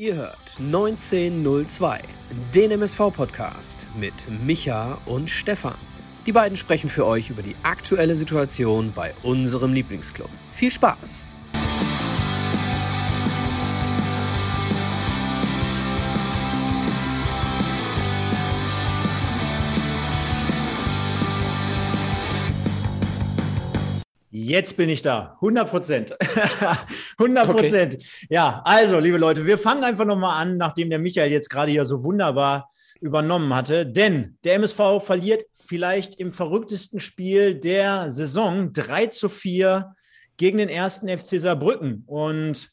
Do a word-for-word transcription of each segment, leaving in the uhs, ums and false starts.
Ihr hört neunzehnhundertzwei, den M S V-Podcast mit Micha und Stefan. Die beiden sprechen für euch über die aktuelle Situation bei unserem Lieblingsclub. Viel Spaß! Jetzt bin ich da, hundert Prozent. hundert Prozent. Okay. Ja, also, liebe Leute, wir fangen einfach nochmal an, nachdem der Michael jetzt gerade hier so wunderbar übernommen hatte. Denn der M S V verliert vielleicht im verrücktesten Spiel der Saison drei zu vier gegen den ersten F C Saarbrücken. Und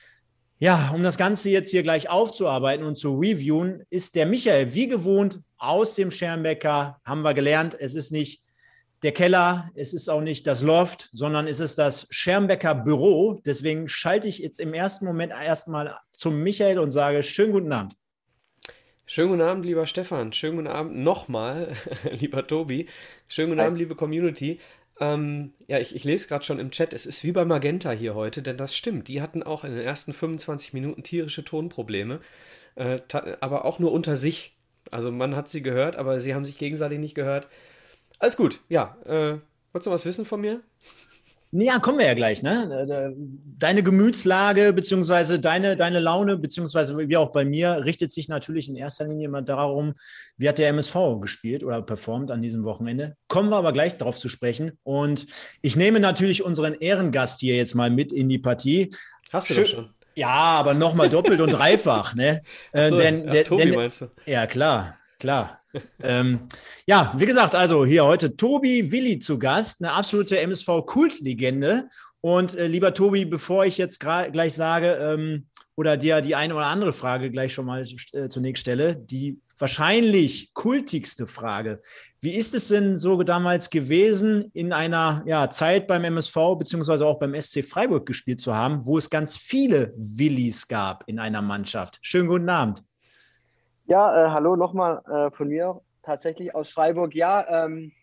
ja, um das Ganze jetzt hier gleich aufzuarbeiten und zu reviewen, ist der Michael wie gewohnt aus dem Schermbecker, haben wir gelernt, es ist nicht der Keller, es ist auch nicht das Loft, sondern es ist das Schermbecker Büro. Deswegen schalte ich jetzt im ersten Moment erstmal zum Michael und sage, schönen guten Abend. Schönen guten Abend, lieber Stefan. Schönen guten Abend nochmal, lieber Tobi. Schönen guten Hi. Abend, liebe Community. Ähm, ja, ich, ich lese gerade schon im Chat, es ist wie bei Magenta hier heute, denn das stimmt. Die hatten auch in den ersten fünfundzwanzig Minuten tierische Tonprobleme, äh, ta- aber auch nur unter sich. Also man hat sie gehört, aber sie haben sich gegenseitig nicht gehört. Alles gut, ja. Äh, wolltest du was wissen von mir? Ja, kommen wir ja gleich, ne? Deine Gemütslage beziehungsweise deine, deine Laune, beziehungsweise wie auch bei mir, richtet sich natürlich in erster Linie immer darum, wie hat der M S V gespielt oder performt an diesem Wochenende. Kommen wir aber gleich darauf zu sprechen. Und ich nehme natürlich unseren Ehrengast hier jetzt mal mit in die Partie. Hast du Schön, doch schon. Ja, aber nochmal doppelt und dreifach, ne? Ach so, äh, denn, ach, Tobi denn, meinst du? Ja, klar, klar. ähm, ja, wie gesagt, also hier heute Tobi Willi zu Gast, eine absolute M S V-Kultlegende. Und äh, lieber Tobi, bevor ich jetzt gra- gleich sage ähm, oder dir die eine oder andere Frage gleich schon mal äh, zunächst stelle, die wahrscheinlich kultigste Frage. Wie ist es denn so damals gewesen, in einer ja, Zeit beim M S V beziehungsweise auch beim S C Freiburg gespielt zu haben, wo es ganz viele Willis gab in einer Mannschaft? Schönen guten Abend. Ja, äh, hallo nochmal äh, von mir, tatsächlich aus Freiburg. Ja, ähm,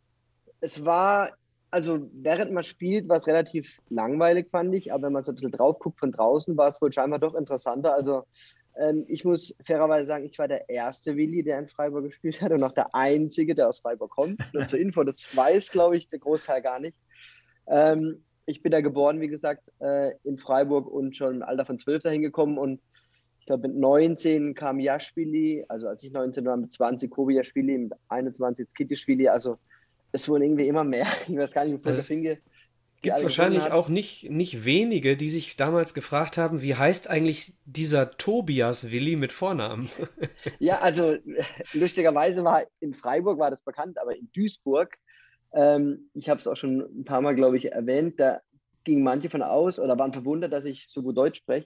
es war, also während man spielt, war es relativ langweilig, fand ich, aber wenn man so ein bisschen drauf guckt von draußen, war es wohl scheinbar doch interessanter. Also ähm, ich muss fairerweise sagen, ich war der erste Willi, der in Freiburg gespielt hat und auch der einzige, der aus Freiburg kommt. Nur zur Info, das weiß, glaube ich, der Großteil gar nicht. Ähm, ich bin da geboren, wie gesagt, äh, in Freiburg und schon im Alter von zwölf dahin gekommen und ich glaube, mit neunzehn kam Jaschwili, also als ich neunzehn war, mit zwanzig Kobi Jaschwili, mit einundzwanzig Skittischwili, also es wurden irgendwie immer mehr. Ich weiß gar nicht, wo das hingeht. Es gibt wahrscheinlich auch nicht, nicht wenige, die sich damals gefragt haben, wie heißt eigentlich dieser Tobias Willi mit Vornamen? Ja, also lustigerweise war in Freiburg war das bekannt, aber in Duisburg, ähm, ich habe es auch schon ein paar Mal, glaube ich, erwähnt, da gingen manche von aus oder waren verwundert, dass ich so gut Deutsch spreche.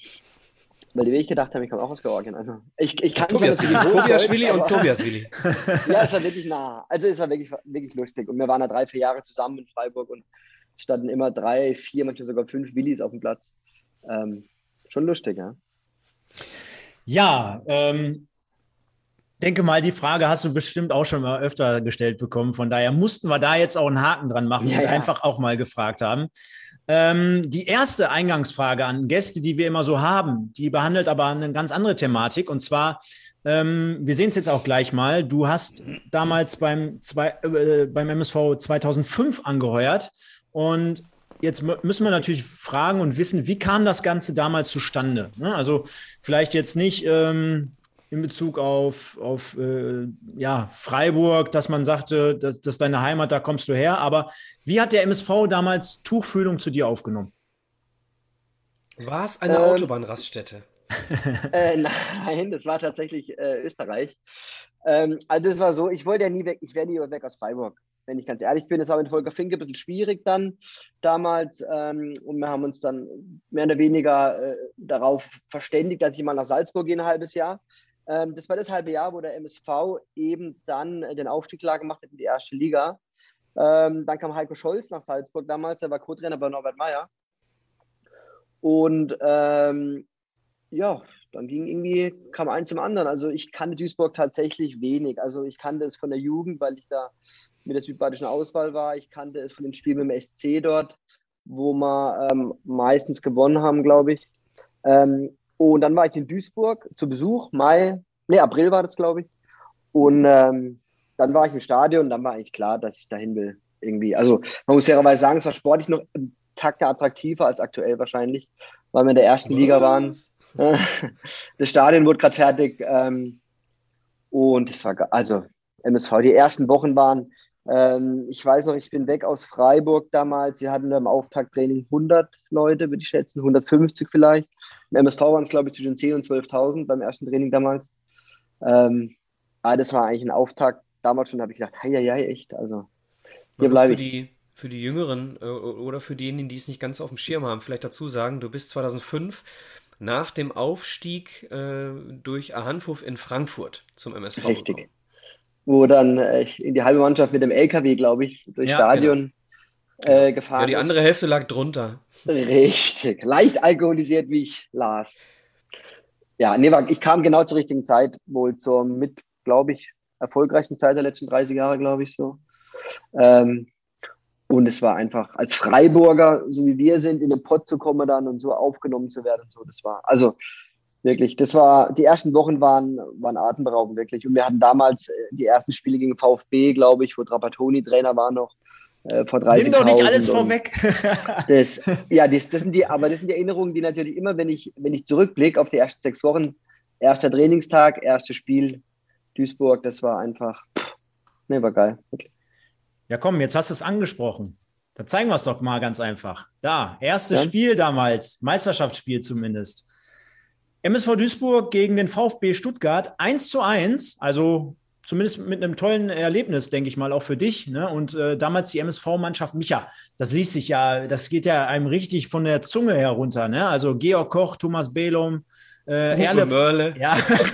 Weil die wirklich gedacht haben, ich komme auch aus Georgien. Also ich, ich kann Tobias Willi, Tobias Willi und Tobias Willi. Ja, es war wirklich nah. Also es war wirklich, wirklich lustig. Und wir waren da drei, vier Jahre zusammen in Freiburg und standen immer drei, vier, manchmal sogar fünf Willis auf dem Platz. Ähm, schon lustig, ja. Ja, ähm, denke mal, die Frage hast du bestimmt auch schon mal öfter gestellt bekommen. Von daher mussten wir da jetzt auch einen Haken dran machen Ja, und ja. einfach auch mal gefragt haben. Ähm, die erste Eingangsfrage an Gäste, die wir immer so haben, die behandelt aber eine ganz andere Thematik. Und zwar, ähm, wir sehen es jetzt auch gleich mal, du hast damals beim, zwei, äh, beim M S V zweitausendfünf angeheuert. Und jetzt m- müssen wir natürlich fragen und wissen, wie kam das Ganze damals zustande? Ne? Also vielleicht jetzt nicht ähm, in Bezug auf, auf äh, ja, Freiburg, dass man sagte, das, das ist deine Heimat, da kommst du her. Aber wie hat der M S V damals Tuchfühlung zu dir aufgenommen? War es eine Ähm, Autobahnraststätte? Äh, nein, das war tatsächlich äh, Österreich. Ähm, also es war so, ich wollte ja nie weg, ich wäre nie weg aus Freiburg, wenn ich ganz ehrlich bin. Das war mit Volker Finke ein bisschen schwierig dann damals ähm, und wir haben uns dann mehr oder weniger äh, darauf verständigt, dass ich mal nach Salzburg gehe ein halbes Jahr. Ähm, das war das halbe Jahr, wo der M S V eben dann äh, den Aufstieg klar gemacht hat in die erste Liga. Ähm, dann kam Heiko Scholz nach Salzburg damals, der war Co-Trainer bei Norbert Meyer. Und ähm, ja, dann ging irgendwie, kam eins zum anderen. Also ich kannte Duisburg tatsächlich wenig. Also ich kannte es von der Jugend, weil ich da mit der südbadischen Auswahl war. Ich kannte es von den Spielen mit dem S C dort, wo wir ähm, meistens gewonnen haben, glaube ich. Ähm, Und dann war ich in Duisburg zu Besuch, Mai, nee, April war das, glaube ich. Und ähm, dann war ich im Stadion, dann war eigentlich klar, dass ich dahin will. Irgendwie. Also man muss fairerweise sagen, es war sportlich noch einen Takt attraktiver als aktuell wahrscheinlich, weil wir in der ersten Was? Liga waren. Das Stadion wurde gerade fertig. Ähm, und es war, also M S V, die ersten Wochen waren, ähm, ich weiß noch, ich bin weg aus Freiburg damals. Wir hatten im Auftakttraining hundert Leute, würde ich schätzen, hundertfünfzig vielleicht. Im M S V waren es, glaube ich, zwischen zehntausend und zwölftausend beim ersten Training damals. Ähm, aber das war eigentlich ein Auftakt. Damals schon habe ich gedacht, hei, hei, hei, echt, also hier Man muss bleibe für ich. die, für die Jüngeren äh, oder für diejenigen, die es nicht ganz auf dem Schirm haben, vielleicht dazu sagen, du bist zweitausendfünf nach dem Aufstieg äh, durch Ahanfuf in Frankfurt zum M S V gekommen. Richtig. Wo dann äh, ich in die halbe Mannschaft mit dem L K W, glaube ich, durchs Ja, Genau, Stadion genau. äh, Ja, gefahren die ist. andere Hälfte lag drunter. Richtig. Leicht alkoholisiert, wie ich las. Ja, nee, war, ich kam genau zur richtigen Zeit, wohl zur mit, glaube ich, erfolgreichsten Zeit der letzten dreißig Jahre, glaube ich, so. Ähm, und es war einfach, als Freiburger, so wie wir sind, in den Pott zu kommen dann und so aufgenommen zu werden und so, das war, also wirklich, das war, die ersten Wochen waren, waren atemberaubend, wirklich. Und wir hatten damals äh, die ersten Spiele gegen VfB, glaube ich, wo Trapattoni Trainer war noch, äh, vor Nimm doch nicht alles dreißigtausend und vorweg. das, ja, das, das sind die, aber das sind die Erinnerungen, die natürlich immer, wenn ich, wenn ich zurückblicke auf die ersten sechs Wochen, erster Trainingstag, erstes Spiel, Duisburg, das war einfach, ne, war geil. Wirklich. Ja, komm, jetzt hast du es angesprochen. Da zeigen wir es doch mal ganz einfach. Da, erstes Ja? Spiel damals, Meisterschaftsspiel zumindest. M S V Duisburg gegen den VfB Stuttgart, eins zu eins, also zumindest mit einem tollen Erlebnis, denke ich mal, auch für dich. Ne? Und äh, damals die M S V-Mannschaft, Micha, das liest sich ja, das geht ja einem richtig von der Zunge herunter. Ne? Also Georg Koch, Thomas Belum, äh, Uwe Erle. Mörle. Ja,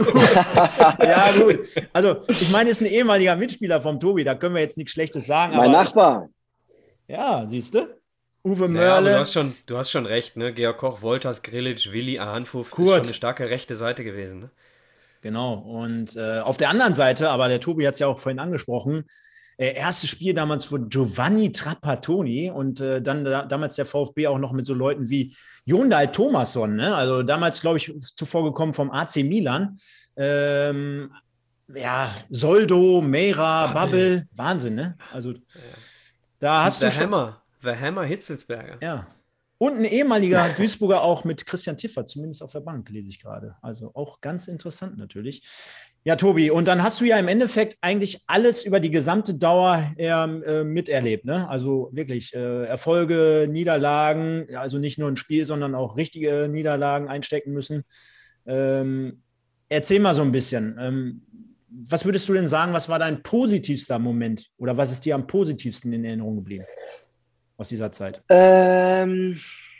gut. Ja, gut. Also, ich meine, ist ein ehemaliger Mitspieler vom Tobi, da können wir jetzt nichts Schlechtes sagen. Mein Aber Nachbar. ich, ja, siehst du? Uwe Naja, aber du Mörle, hast schon, du hast schon recht, ne? Georg Koch, Wolters, Grillitsch, Willi, Ahanfuf ist schon eine Kurt. starke rechte Seite gewesen, ne? Genau. Und äh, auf der anderen Seite, aber der Tobi hat es ja auch vorhin angesprochen, äh, erstes Spiel damals von Giovanni Trapattoni und äh, dann da, damals der VfB auch noch mit so Leuten wie Jondal Thomasson, ne? Also damals, glaube ich, zuvor gekommen vom A C Milan. Ähm, ja, Soldo, Meira, Babbel. Babbel, Wahnsinn, ne? Also Ja. da Und hast The du schon, Hammer, The Hammer Hitzelsberger. ja. Und ein ehemaliger Duisburger auch mit Christian Tiffer, zumindest auf der Bank, lese ich gerade. Also auch ganz interessant natürlich. Ja, Tobi, und dann hast du ja im Endeffekt eigentlich alles über die gesamte Dauer äh, miterlebt, ne? Also wirklich äh, Erfolge, Niederlagen, also nicht nur ein Spiel, sondern auch richtige Niederlagen einstecken müssen. Ähm, erzähl mal so ein bisschen. Ähm, was würdest du denn sagen, was war dein positivster Moment oder was ist dir am positivsten in Erinnerung geblieben aus dieser Zeit? Ähm,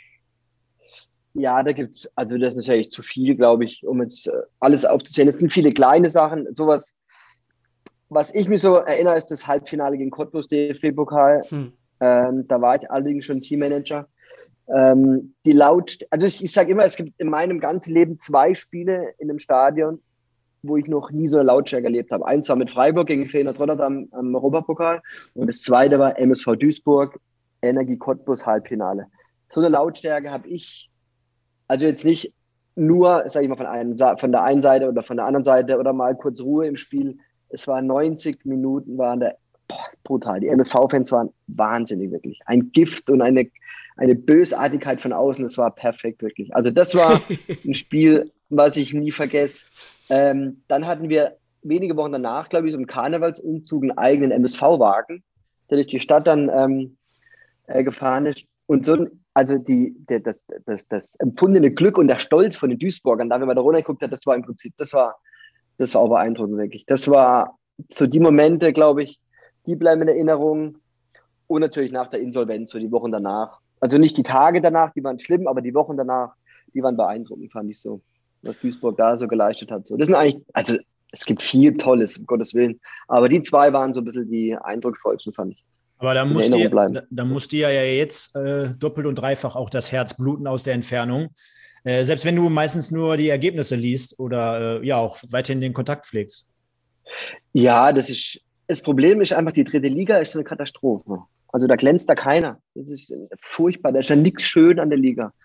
ja, da gibt's, also das ist natürlich zu viel, glaube ich, um jetzt äh, alles aufzuzählen. Es sind viele kleine Sachen, sowas. Was ich mich so erinnere, ist das Halbfinale gegen Cottbus, D F B-Pokal. Hm. Ähm, da war ich allerdings schon Teammanager. Ähm, die Laut, also ich, ich sage immer, es gibt in meinem ganzen Leben zwei Spiele in einem Stadion, wo ich noch nie so eine Lautstärke erlebt habe. Eins war mit Freiburg gegen Feyenoord Rotterdam am Europapokal und das zweite war M S V Duisburg, Energie Cottbus Halbfinale. So eine Lautstärke habe ich, also jetzt nicht nur, sage ich mal, von, einem, von der einen Seite oder von der anderen Seite oder mal kurz Ruhe im Spiel. Es waren neunzig Minuten, waren da boah, brutal. Die M S V-Fans waren wahnsinnig, wirklich. Ein Gift und eine, eine Bösartigkeit von außen, das war perfekt, wirklich. Also das war ein Spiel, was ich nie vergesse. Ähm, dann hatten wir wenige Wochen danach, glaube ich, so im Karnevalsumzug einen eigenen M S V-Wagen, der durch die Stadt dann ähm, äh, gefahren ist. Und so, also die, der, das, das, das empfundene Glück und der Stolz von den Duisburgern, da wenn man da runtergeguckt hat, das war im Prinzip, das war, das war auch beeindruckend, wirklich. Das war so die Momente, glaube ich, die bleiben in Erinnerung. Und natürlich nach der Insolvenz, so die Wochen danach. Also nicht die Tage danach, die waren schlimm, aber die Wochen danach, die waren beeindruckend, fand ich so, was Duisburg da so geleistet hat. So, das sind eigentlich, also es gibt viel Tolles, um Gottes Willen. Aber die zwei waren so ein bisschen die eindrucksvollsten, fand ich. Aber da In muss, Erinnerung dir, bleiben. da, da muss dir ja jetzt äh, doppelt und dreifach auch das Herz bluten aus der Entfernung. Äh, selbst wenn du meistens nur die Ergebnisse liest oder äh, ja auch weiterhin den Kontakt pflegst. Ja, das ist, das Problem ist einfach, die dritte Liga ist so eine Katastrophe. Also da glänzt da keiner. Das ist furchtbar. Da ist ja nichts schön an der Liga.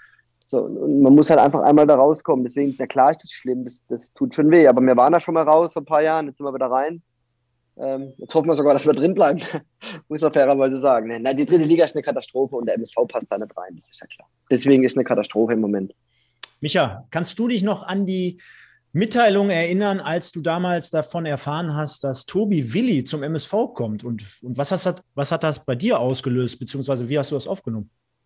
So, und man muss halt einfach einmal da rauskommen. Deswegen, na klar ist das schlimm, das, das tut schon weh. Aber wir waren da schon mal raus vor ein paar Jahren, jetzt sind wir wieder rein. Ähm, jetzt hoffen wir sogar, dass wir drin bleiben, muss man fairerweise sagen. Nein, die dritte Liga ist eine Katastrophe und der M S V passt da nicht rein, das ist ja klar. Deswegen ist eine Katastrophe im Moment. Micha, kannst du dich noch an die Mitteilung erinnern, als du damals davon erfahren hast, dass Tobi Willi zum M S V kommt? Und, und was, hast, was hat das bei dir ausgelöst, beziehungsweise wie hast du das aufgenommen?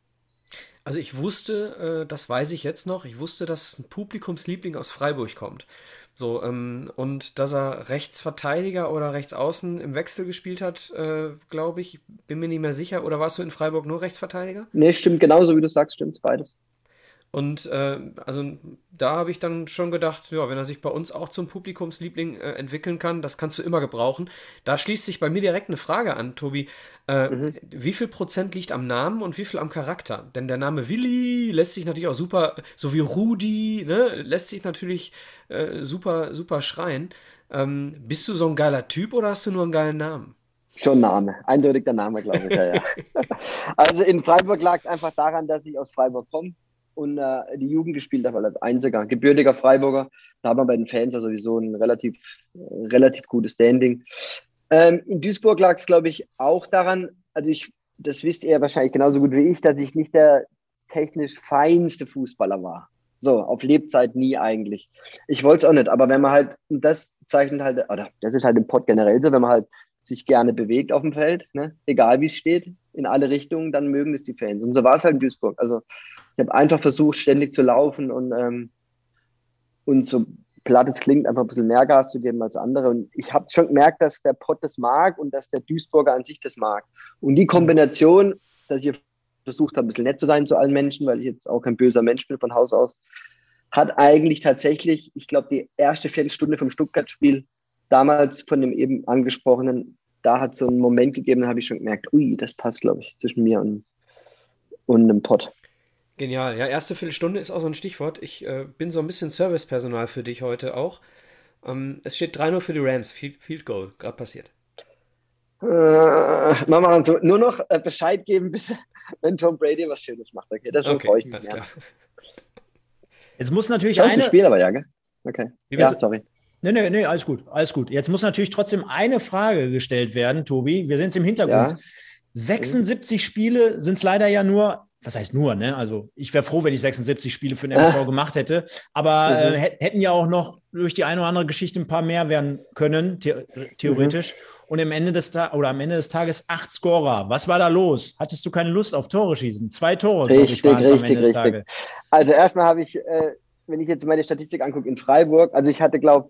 Also ich wusste, äh, das weiß ich jetzt noch, ich wusste, dass ein Publikumsliebling aus Freiburg kommt. So, ähm, und dass er Rechtsverteidiger oder Rechtsaußen im Wechsel gespielt hat, äh, glaube ich, bin mir nicht mehr sicher. Oder warst du in Freiburg nur Rechtsverteidiger? Nee, stimmt genauso, wie du sagst, stimmt beides. Und äh, also da habe ich dann schon gedacht, ja, wenn er sich bei uns auch zum Publikumsliebling äh, entwickeln kann, das kannst du immer gebrauchen. Da schließt sich bei mir direkt eine Frage an, Tobi. Äh, Mhm. Wie viel Prozent liegt am Namen und wie viel am Charakter? Denn der Name Willi lässt sich natürlich auch super, so wie Rudi, ne, lässt sich natürlich äh, super, super schreien. Ähm, bist du so ein geiler Typ oder hast du nur einen geilen Namen? Schon Name, eindeutig der Name, glaube ich, ja, ja. Also in Freiburg lag es einfach daran, dass ich aus Freiburg komme und äh, die Jugend gespielt habe als einziger, gebürtiger Freiburger. Da haben wir bei den Fans ja sowieso ein relativ, äh, relativ gutes Standing. Ähm, in Duisburg lag es, glaube ich, auch daran, also ich, das wisst ihr wahrscheinlich genauso gut wie ich, dass ich nicht der technisch feinste Fußballer war. So, auf Lebzeit nie eigentlich. Ich wollte es auch nicht, aber wenn man halt, und das zeichnet halt, oder das ist halt im Pott generell so, wenn man halt sich gerne bewegt auf dem Feld, ne? Egal wie es steht, in alle Richtungen, dann mögen es die Fans. Und so war es halt in Duisburg. Also ich habe einfach versucht, ständig zu laufen und, ähm, und so platt es klingt, einfach ein bisschen mehr Gas zu geben als andere. Und ich habe schon gemerkt, dass der Pott das mag und dass der Duisburger an sich das mag. Und die Kombination, dass ich versucht habe, ein bisschen nett zu sein zu allen Menschen, weil ich jetzt auch kein böser Mensch bin von Haus aus, hat eigentlich tatsächlich, ich glaube, die erste Viertelstunde vom Stuttgart-Spiel, damals von dem eben angesprochenen, da hat es so einen Moment gegeben, da habe ich schon gemerkt, ui, das passt, glaube ich, zwischen mir und, und einem Pott. Genial. Ja, erste Viertelstunde ist auch so ein Stichwort. Ich äh, bin so ein bisschen Servicepersonal für dich heute auch. Ähm, es steht drei null für die Rams. Field, Field Goal, gerade passiert. Äh, machen wir dann so, nur noch äh, Bescheid geben, bitte, wenn Tom Brady was Schönes macht. Okay, das Okay, freue ich mich alles mehr. klar. Jetzt muss natürlich Schaust du eine. Spiel aber, ja, gell? Okay. Wie Ja, bist du? sorry. Nee, nee, nee, alles gut, alles gut. Jetzt muss natürlich trotzdem eine Frage gestellt werden, Tobi. Wir sind es im Hintergrund. Ja. sechsundsiebzig Spiele sind es leider ja nur, was heißt nur, ne? Also ich wäre froh, wenn ich sechsundsiebzig Spiele für den M S V Ah. gemacht hätte. Aber Mhm. äh, hät- hätten ja auch noch durch die eine oder andere Geschichte ein paar mehr werden können, the theoretisch. Mhm. Und am Ende des Ta oder am Ende des Tages acht Scorer. Was war da los? Hattest du keine Lust auf Tore schießen? Zwei Tore, glaube ich, Richtig, waren es am Ende richtig, des richtig. Tages. Also erstmal habe ich, äh, wenn ich jetzt meine Statistik angucke, in Freiburg, also ich hatte, glaube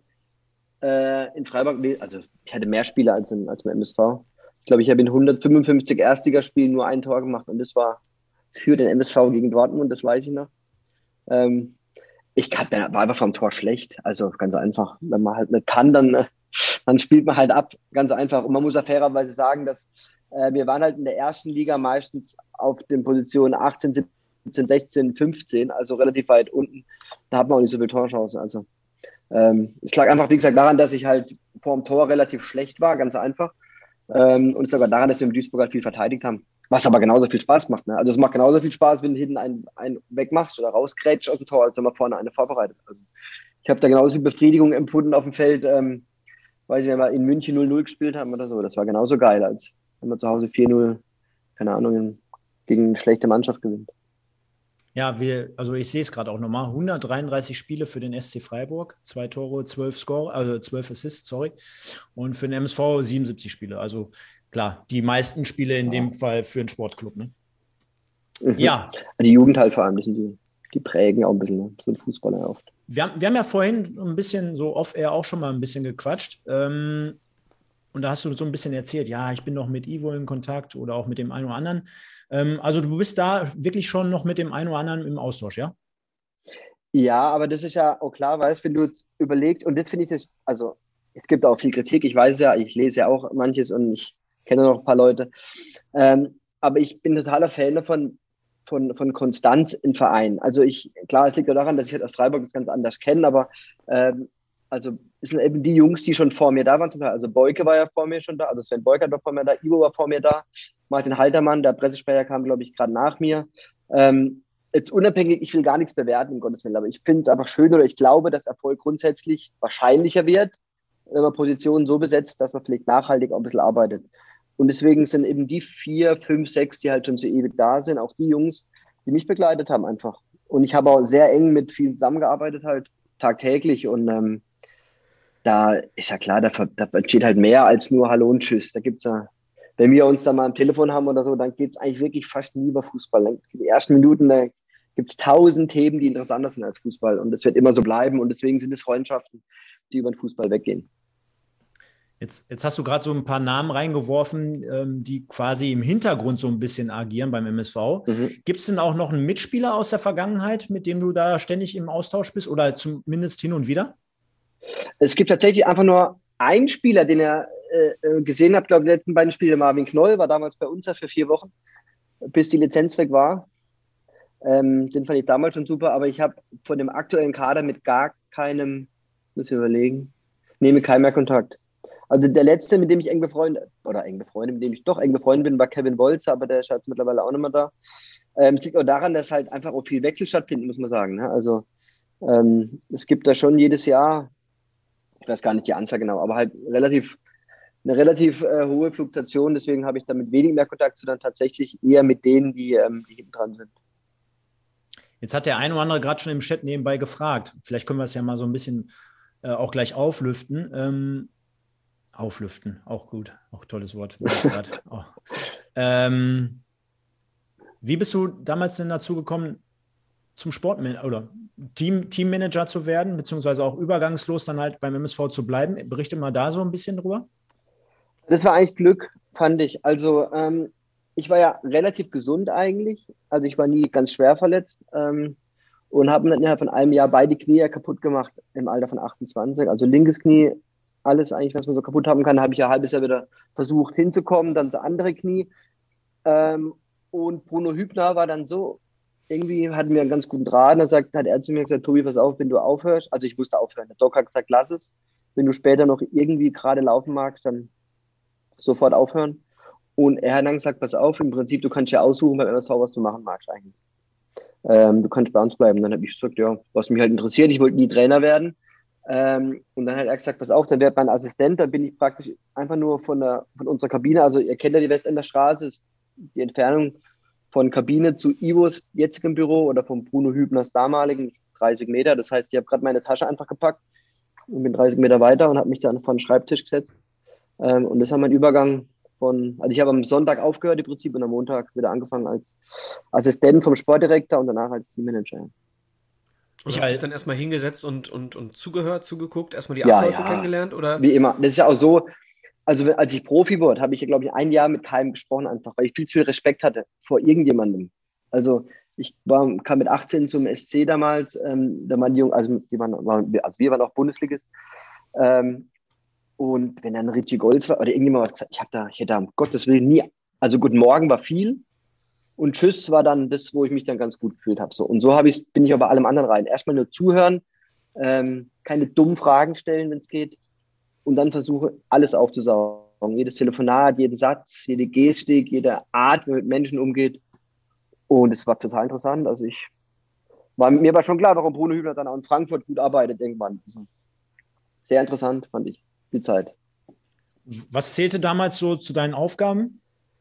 äh, in Freiburg, also ich hatte mehr Spiele als, in, als im M S V. Ich glaube, ich habe in hundertfünfundfünfzig Erstligaspielen nur ein Tor gemacht und das war für den M S V gegen Dortmund, das weiß ich noch. Ähm, ich kann, war einfach vom Tor schlecht, also ganz einfach. Wenn man halt nicht kann, dann, äh, dann spielt man halt ab, ganz einfach. Und man muss ja fairerweise sagen, dass äh, wir waren halt in der ersten Liga meistens auf den Positionen achtzehn, siebzehn, sechzehn, fünfzehn, also relativ weit unten. Da hat man auch nicht so viele Torchancen. Also ähm, es lag einfach, wie gesagt, daran, dass ich halt vor dem Tor relativ schlecht war, ganz einfach. Ähm, und sogar daran, dass wir im Duisburg halt viel verteidigt haben. Was aber genauso viel Spaß macht. Ne? Also es macht genauso viel Spaß, wenn du hinten einen, einen wegmachst oder rausgrätsch aus dem Tor, als wenn man vorne eine vorbereitet. Also ich habe da genauso viel Befriedigung empfunden auf dem Feld, ähm, weiß ich, wenn wir in München null null gespielt haben oder so. Das war genauso geil, als wenn man zu Hause vier null, keine Ahnung, gegen eine schlechte Mannschaft gewinnt. Ja, wir, also ich sehe es gerade auch nochmal. hundertdreiunddreißig Spiele für den S C Freiburg, zwei Tore, zwölf Score, also zwölf Assists, sorry. Und für den M S V siebenundsiebzig Spiele. Also klar, die meisten Spiele in dem Fall für einen Sportclub. Ne? Mhm. Ja. Die Jugend halt vor allem, die, sind die, die prägen auch ein bisschen, ne? So ein Fußballer oft. Wir haben, wir haben ja vorhin ein bisschen so off-air auch schon mal ein bisschen gequatscht. Ähm, und da hast du so ein bisschen erzählt, ja, ich bin noch mit Ivo in Kontakt oder auch mit dem einen oder anderen. Ähm, also du bist da wirklich schon noch mit dem einen oder anderen im Austausch, ja? Ja, aber das ist ja auch klar, weißt du, wenn du jetzt überlegst, und das finde ich das, also es gibt auch viel Kritik, ich weiß ja, ich lese ja auch manches und ich kenne noch ein paar Leute. Ähm, aber ich bin totaler Fan davon, von, von Konstanz im Verein. Also ich, klar, es liegt ja daran, dass ich halt aus Freiburg das ganz anders kenne, aber ähm, also es sind eben die Jungs, die schon vor mir da waren. Total. Also Boyke war ja vor mir schon da, also Sven Boykert war vor mir da, Ivo war vor mir da, Martin Haltermann, der Pressesprecher, kam, glaube ich, gerade nach mir. Ähm, jetzt unabhängig, ich will gar nichts bewerten, um Gottes Willen, aber ich finde es einfach schön oder ich glaube, dass Erfolg grundsätzlich wahrscheinlicher wird, wenn man Positionen so besetzt, dass man vielleicht nachhaltig auch ein bisschen arbeitet. Und deswegen sind eben die vier, fünf, sechs, die halt schon so ewig da sind, auch die Jungs, die mich begleitet haben einfach. Und ich habe auch sehr eng mit vielen zusammengearbeitet halt, tagtäglich. Und ähm, da ist ja klar, da, da entsteht halt mehr als nur Hallo und Tschüss. Da gibt's ja, wenn wir uns da mal am Telefon haben oder so, dann geht es eigentlich wirklich fast nie über Fußball. In den ersten Minuten, da gibt es tausend Themen, die interessanter sind als Fußball. Und das wird immer so bleiben. Und deswegen sind es Freundschaften, die über den Fußball weggehen. Jetzt, jetzt hast du gerade so ein paar Namen reingeworfen, ähm, die quasi im Hintergrund so ein bisschen agieren beim M S V. Mhm. Gibt es denn auch noch einen Mitspieler aus der Vergangenheit, mit dem du da ständig im Austausch bist oder zumindest hin und wieder? Es gibt tatsächlich einfach nur einen Spieler, den ihr äh, gesehen habt, glaube ich, die letzten beiden Spiele. Marvin Knoll war damals bei uns für vier Wochen, bis die Lizenz weg war. Ähm, den fand ich damals schon super, aber ich habe von dem aktuellen Kader mit gar keinem, muss ich überlegen, nehme keinen mehr Kontakt. Also der letzte, mit dem ich eng befreundet, oder eng befreundet, mit dem ich doch eng befreundet bin, war Kevin Wolzer, aber der ist jetzt mittlerweile auch nicht mehr da. Ähm, es liegt auch daran, dass halt einfach auch viel Wechsel stattfindet, muss man sagen. Ne? Also ähm, es gibt da schon jedes Jahr, ich weiß gar nicht die Anzahl genau, aber halt relativ eine relativ äh, hohe Fluktuation. Deswegen habe ich damit wenig mehr Kontakt, sondern tatsächlich eher mit denen, die, ähm, die hinten dran sind. Jetzt hat der eine oder andere gerade schon im Chat nebenbei gefragt. Vielleicht können wir es ja mal so ein bisschen äh, auch gleich auflüften. Ähm, auflüften, auch gut. Auch tolles Wort. oh. ähm, wie bist du damals denn dazu gekommen, zum Sportmanager oder Team, Teammanager zu werden, beziehungsweise auch übergangslos dann halt beim M S V zu bleiben? Berichte mal da so ein bisschen drüber. Das war eigentlich Glück, fand ich. Also ähm, ich war ja relativ gesund eigentlich. Also ich war nie ganz schwer verletzt ähm, und habe dann innerhalb von einem Jahr beide Knie kaputt gemacht im Alter von achtundzwanzig. Also linkes Knie, alles eigentlich, was man so kaputt haben kann, habe ich ja ein halbes Jahr wieder versucht hinzukommen. Dann das andere Knie. Ähm, und Bruno Hübner war dann so, irgendwie hatten wir einen ganz guten Draht. Da sagt, hat er zu mir gesagt, Tobi, pass auf, wenn du aufhörst. Also ich musste aufhören. Der Doc hat gesagt, lass es. Wenn du später noch irgendwie gerade laufen magst, dann sofort aufhören. Und er hat dann gesagt, pass auf, im Prinzip, du kannst ja aussuchen beim M S V, was du machen magst eigentlich. Ähm, du kannst bei uns bleiben. Dann habe ich gesagt, ja, was mich halt interessiert, ich wollte nie Trainer werden. Ähm, und dann hat er gesagt, pass auf, dann wird mein Assistent, dann bin ich praktisch einfach nur von, der, von unserer Kabine, also ihr kennt ja die Westender Straße, ist die Entfernung von Kabine zu Ivos jetzigen Büro oder von Bruno Hübners damaligen dreißig Meter. Das heißt, ich habe gerade meine Tasche einfach gepackt und bin dreißig Meter weiter und habe mich dann vor den Schreibtisch gesetzt. Ähm, und das war mein Übergang von, also ich habe am Sonntag aufgehört im Prinzip und am Montag wieder angefangen als Assistent vom Sportdirektor und danach als Teammanager. Und ich hast dich dann erstmal hingesetzt und, und, und zugehört, zugeguckt, erstmal die ja, Abläufe ja. kennengelernt? Oder? Wie immer. Das ist ja auch so, also als ich Profi wurde, habe ich ja, glaube ich, ein Jahr mit keinem gesprochen einfach, weil ich viel zu viel Respekt hatte vor irgendjemandem. Also ich war, kam mit achtzehn zum S C damals, ähm, da waren die Jungen, also, die waren, waren, also wir waren auch Bundesligist. Ähm, und wenn dann Richie Golds war oder irgendjemand was gesagt, ich habe da, ich hätte da um Gottes Willen nie, also Guten Morgen war viel und Tschüss war dann das, wo ich mich dann ganz gut gefühlt habe. So. Und so habe ich, bin ich auch bei allem anderen rein. Erstmal nur zuhören, ähm, keine dummen Fragen stellen, wenn es geht. Und dann versuche, alles aufzusaugen. Jedes Telefonat, jeden Satz, jede Gestik, jede Art, wie man mit Menschen umgeht. Und es war total interessant. Also ich war, mir war schon klar, warum Bruno Hübner dann auch in Frankfurt gut arbeitet irgendwann. Also sehr interessant, fand ich, die Zeit. Was zählte damals so zu deinen Aufgaben?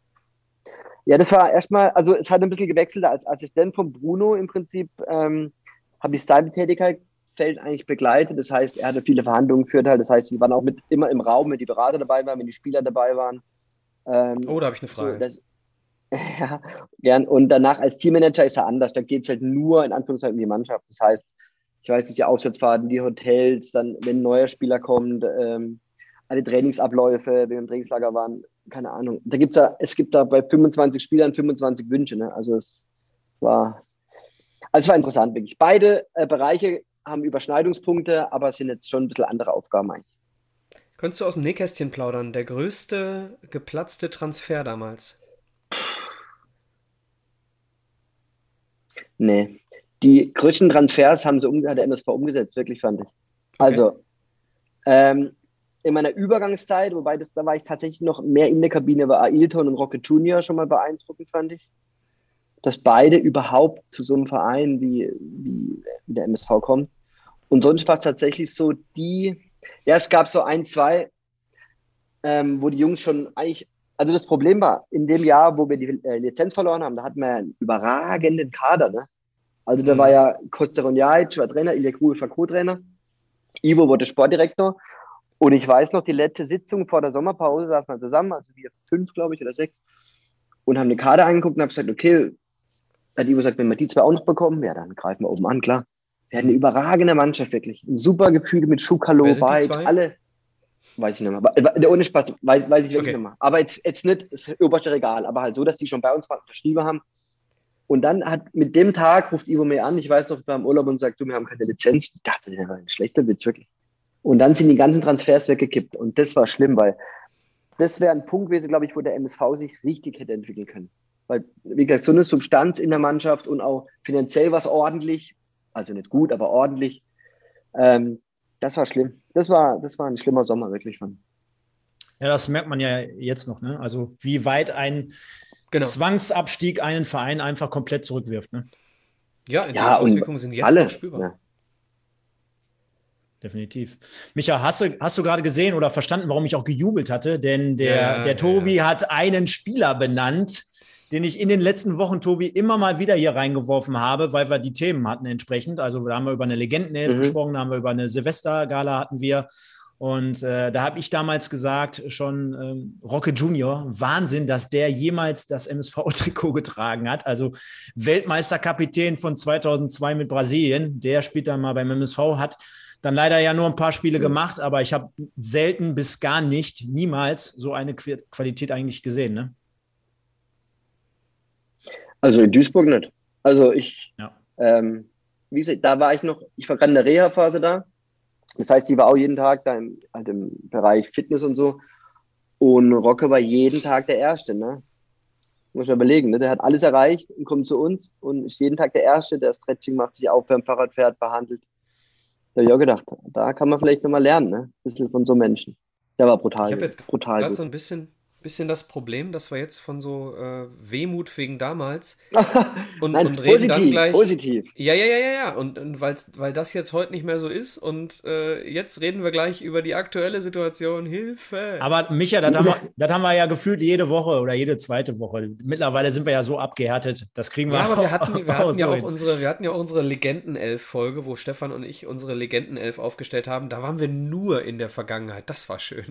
Ja, das war erstmal, also es hat ein bisschen gewechselt. Als Assistent von Bruno im Prinzip ähm, habe ich seine Tätigkeit Feld eigentlich begleitet. Das heißt, er hatte viele Verhandlungen geführt. Halt. Das heißt, sie waren auch mit, immer im Raum, wenn die Berater dabei waren, wenn die Spieler dabei waren. Ähm, oh, da habe ich eine Frage. So, das, ja, gern. Und danach als Teammanager ist er anders. Da geht es halt nur in Anführungszeichen um die Mannschaft. Das heißt, ich weiß nicht, die Auswärtsfahrten, die Hotels, dann, wenn ein neuer Spieler kommt, ähm, alle Trainingsabläufe, wenn wir im Trainingslager waren, keine Ahnung. Da gibt's ja, es gibt da bei fünfundzwanzig Spielern fünfundzwanzig Wünsche. Ne? Also es war, also es war interessant, wirklich. Beide äh, Bereiche haben Überschneidungspunkte, aber es sind jetzt schon ein bisschen andere Aufgaben eigentlich. Könntest du aus dem Nähkästchen plaudern? Der größte geplatzte Transfer damals? Nee. Die größten Transfers haben sie um, hat der M S V umgesetzt, wirklich, fand ich. Okay. Also, ähm, in meiner Übergangszeit, wobei das, da war ich tatsächlich noch mehr in der Kabine, war Ailton und Rocket Junior schon mal beeindruckend, fand ich. dass beide überhaupt zu so einem Verein wie, wie, wie der M S V kommen. Und sonst war es tatsächlich so, die, ja, es gab so ein, zwei, ähm, wo die Jungs schon eigentlich, also das Problem war, in dem Jahr, wo wir die äh, Lizenz verloren haben, da hatten wir einen überragenden Kader, ne? Also da Mhm. war ja Kosteronjajic war Trainer, Ilya Gruev war Co-Trainer, Ivo wurde Sportdirektor. Und ich weiß noch, die letzte Sitzung vor der Sommerpause saßen wir zusammen, also wir fünf, glaube ich, oder sechs, und haben den Kader angeguckt und haben gesagt, okay, hat Ivo gesagt, wenn wir die zwei auch noch bekommen, ja, dann greifen wir oben an, klar. Wir hatten eine überragende Mannschaft, wirklich. Ein super Gefühl mit Schukalo, Wer sind die Weid, zwei? alle. Weiß ich nicht mehr. Aber, der ohne Spaß, weiß, weiß ich wirklich Okay. nicht mehr. Aber jetzt, jetzt nicht das oberste Regal, aber halt so, dass die schon bei uns waren, unterschrieben haben. Und dann hat, mit dem Tag ruft Ivo mir an, ich weiß noch, ich war im Urlaub und sagt, du, wir haben keine Lizenz. Ich dachte, das war ein schlechter Witz, wirklich. Und dann sind die ganzen Transfers weggekippt. Und das war schlimm, weil das wäre ein Punkt gewesen, glaube ich, wo der M S V sich richtig hätte entwickeln können. Weil, wie gesagt, so eine Substanz in der Mannschaft und auch finanziell was ordentlich, also nicht gut, aber ordentlich, ähm, das war schlimm. Das war, das war ein schlimmer Sommer, wirklich. Von. Ja, das merkt man ja jetzt noch, ne? Also wie weit ein Genau. Zwangsabstieg einen Verein einfach komplett zurückwirft, ne? Ja, die Ja, und Auswirkungen sind jetzt alle, noch spürbar. ja. Definitiv. Micha, hast du, hast du gerade gesehen oder verstanden, warum ich auch gejubelt hatte? Denn der, Ja, ja, der Tobi ja, ja. hat einen Spieler benannt, den ich in den letzten Wochen, Tobi, immer mal wieder hier reingeworfen habe, weil wir die Themen hatten entsprechend. Also da haben wir über eine Legendenelf Mhm. gesprochen, da haben wir über eine Silvestergala hatten wir. Und äh, da habe ich damals gesagt, schon ähm, Rocke Junior, Wahnsinn, dass der jemals das M S V-Trikot getragen hat. Also Weltmeisterkapitän von zweitausendzwei mit Brasilien, der spielt dann mal beim M S V, hat dann leider ja nur ein paar Spiele gemacht, aber ich habe selten bis gar nicht, niemals so eine Qualität eigentlich gesehen, ne? Also in Duisburg nicht. Also ich, Ja. ähm, wie gesagt, da war ich noch, ich war gerade in der Reha-Phase da. Das heißt, die war auch jeden Tag da im, halt im Bereich Fitness und so. Und Rocke war jeden Tag der Erste, ne? Muss man überlegen, ne? Der hat alles erreicht und kommt zu uns und ist jeden Tag der Erste, der Stretching macht, sich aufwärmt, Fahrrad fährt, behandelt. Da habe ich auch gedacht, da kann man vielleicht nochmal lernen, ne? Ein bisschen von so Menschen. Der war brutal. Ich habe jetzt brutal gerade gut. so ein bisschen, bisschen das Problem, dass wir jetzt von so äh, Wehmut wegen damals und, Nein, und reden positiv, dann gleich. positiv. Ja, ja, ja, ja, ja. Und, und weil's, weil das jetzt heute nicht mehr so ist und äh, jetzt reden wir gleich über die aktuelle Situation. Hilfe! Aber Micha, das haben, wir, das haben wir ja gefühlt jede Woche oder jede zweite Woche. Mittlerweile sind wir ja so abgehärtet. Das kriegen wir Ja, aber wir auch, hatten, wir auch hatten so ja auch hin. unsere, wir hatten ja auch unsere Legendenelf-Folge, wo Stefan und ich unsere Legendenelf aufgestellt haben. Da waren wir nur in der Vergangenheit. Das war schön.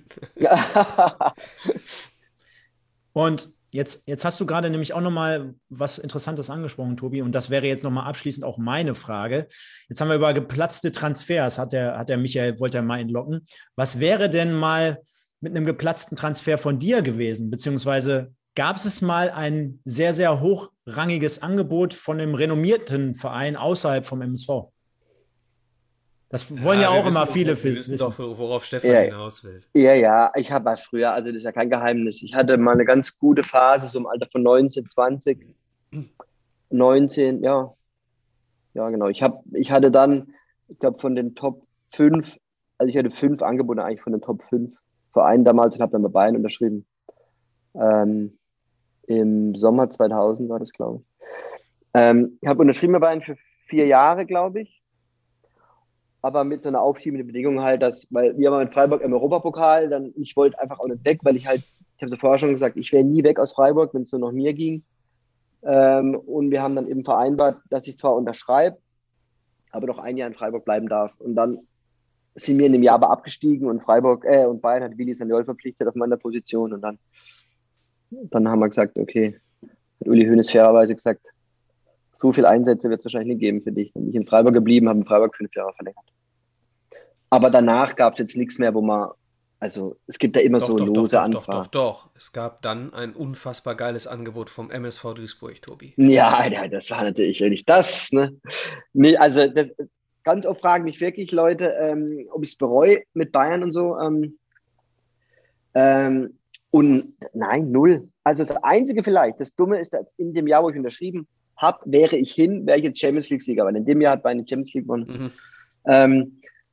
Und jetzt, jetzt hast du gerade nämlich auch nochmal was Interessantes angesprochen, Tobi. Und das wäre jetzt nochmal abschließend auch meine Frage. Jetzt haben wir über geplatzte Transfers, hat der, hat der Michael, wollte er mal entlocken. Was wäre denn mal mit einem geplatzten Transfer von dir gewesen? Beziehungsweise gab es mal ein sehr, sehr hochrangiges Angebot von einem renommierten Verein außerhalb vom M S V? Das wollen ja, ja auch immer doch, viele wir wissen wissen. doch, worauf Stefan Ja. hinaus will. Ja, ja, ich habe mal früher, also das ist ja kein Geheimnis, ich hatte mal eine ganz gute Phase, so im Alter von neunzehn, zwanzig, neunzehn, ja, ja genau. Ich habe, ich hatte dann, ich glaube von den Top fünf, also ich hatte fünf Angebote eigentlich von den Top fünf Vereinen damals und habe dann bei Bayern unterschrieben. Ähm, Im Sommer zweitausend war das, glaube ich. Ähm, ich habe unterschrieben bei Bayern für vier Jahre, glaube ich. Aber mit so einer aufschiebenden Bedingung halt, dass, weil wir waren in Freiburg im Europapokal, dann ich wollte einfach auch nicht weg, weil ich halt, ich habe es ja vorher schon gesagt, ich wäre nie weg aus Freiburg, wenn es nur noch mir ging. Ähm, und wir haben dann eben vereinbart, dass ich zwar unterschreibe, aber noch ein Jahr in Freiburg bleiben darf. Und dann sind wir in dem Jahr aber abgestiegen und Freiburg, äh, und Bayern hat Willi Sagnol verpflichtet auf meiner Position und dann, dann haben wir gesagt, okay, hat Uli Hoeneß fairerweise gesagt, so viele Einsätze wird es wahrscheinlich nicht geben für dich. Dann bin ich in Freiburg geblieben, habe in Freiburg fünf Jahre verlängert. Aber danach gab es jetzt nichts mehr, wo man, also es gibt ja immer Doch, so doch, lose doch, doch, doch, Anfragen. doch, doch. Es gab dann ein unfassbar geiles Angebot vom M S V Duisburg, Tobi. Ja, ja, das war natürlich wirklich das, ne? Nee, also das, ganz oft fragen mich wirklich Leute, ähm, ob ich es bereue mit Bayern und so. Ähm, ähm, und nein, null. Also das Einzige vielleicht, das Dumme ist, dass in dem Jahr, wo ich unterschrieben habe, wäre ich hin, wäre ich jetzt Champions League-Sieger, weil in dem Jahr hat Bayern die Champions League gewonnen. Mhm. Ähm,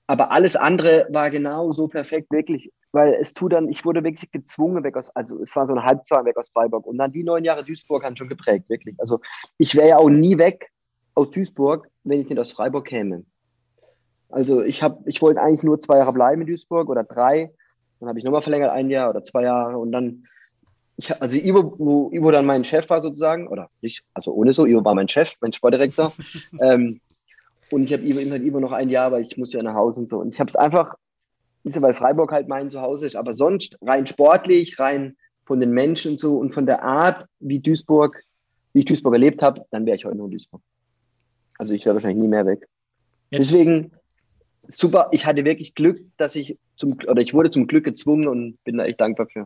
Aber alles andere war genau so perfekt, wirklich. Weil es tut dann, ich wurde wirklich gezwungen weg aus, also es war so eine Halbzeit weg aus Freiburg. Und dann die neun Jahre Duisburg haben schon geprägt, wirklich. Also ich wäre ja auch nie weg aus Duisburg, wenn ich nicht aus Freiburg käme. Also ich habe, ich wollte eigentlich nur zwei Jahre bleiben in Duisburg oder drei. Dann habe ich nochmal verlängert, ein Jahr oder zwei Jahre. Und dann, ich, also Ivo, wo Ivo dann mein Chef war sozusagen, oder nicht, also ohne so, Ivo war mein Chef, mein Sportdirektor. ähm, und ich habe Ivo immer Ivo noch ein Jahr, aber ich musste ja nach Hause und so. Und ich habe es einfach, weil Freiburg halt mein Zuhause ist, aber sonst rein sportlich, rein von den Menschen und so und von der Art, wie Duisburg, wie ich Duisburg erlebt habe, dann wäre ich heute nur in Duisburg. Also ich wäre wahrscheinlich nie mehr weg. Jetzt. Deswegen super, ich hatte wirklich Glück, dass ich zum, oder ich wurde zum Glück gezwungen und bin da echt dankbar für.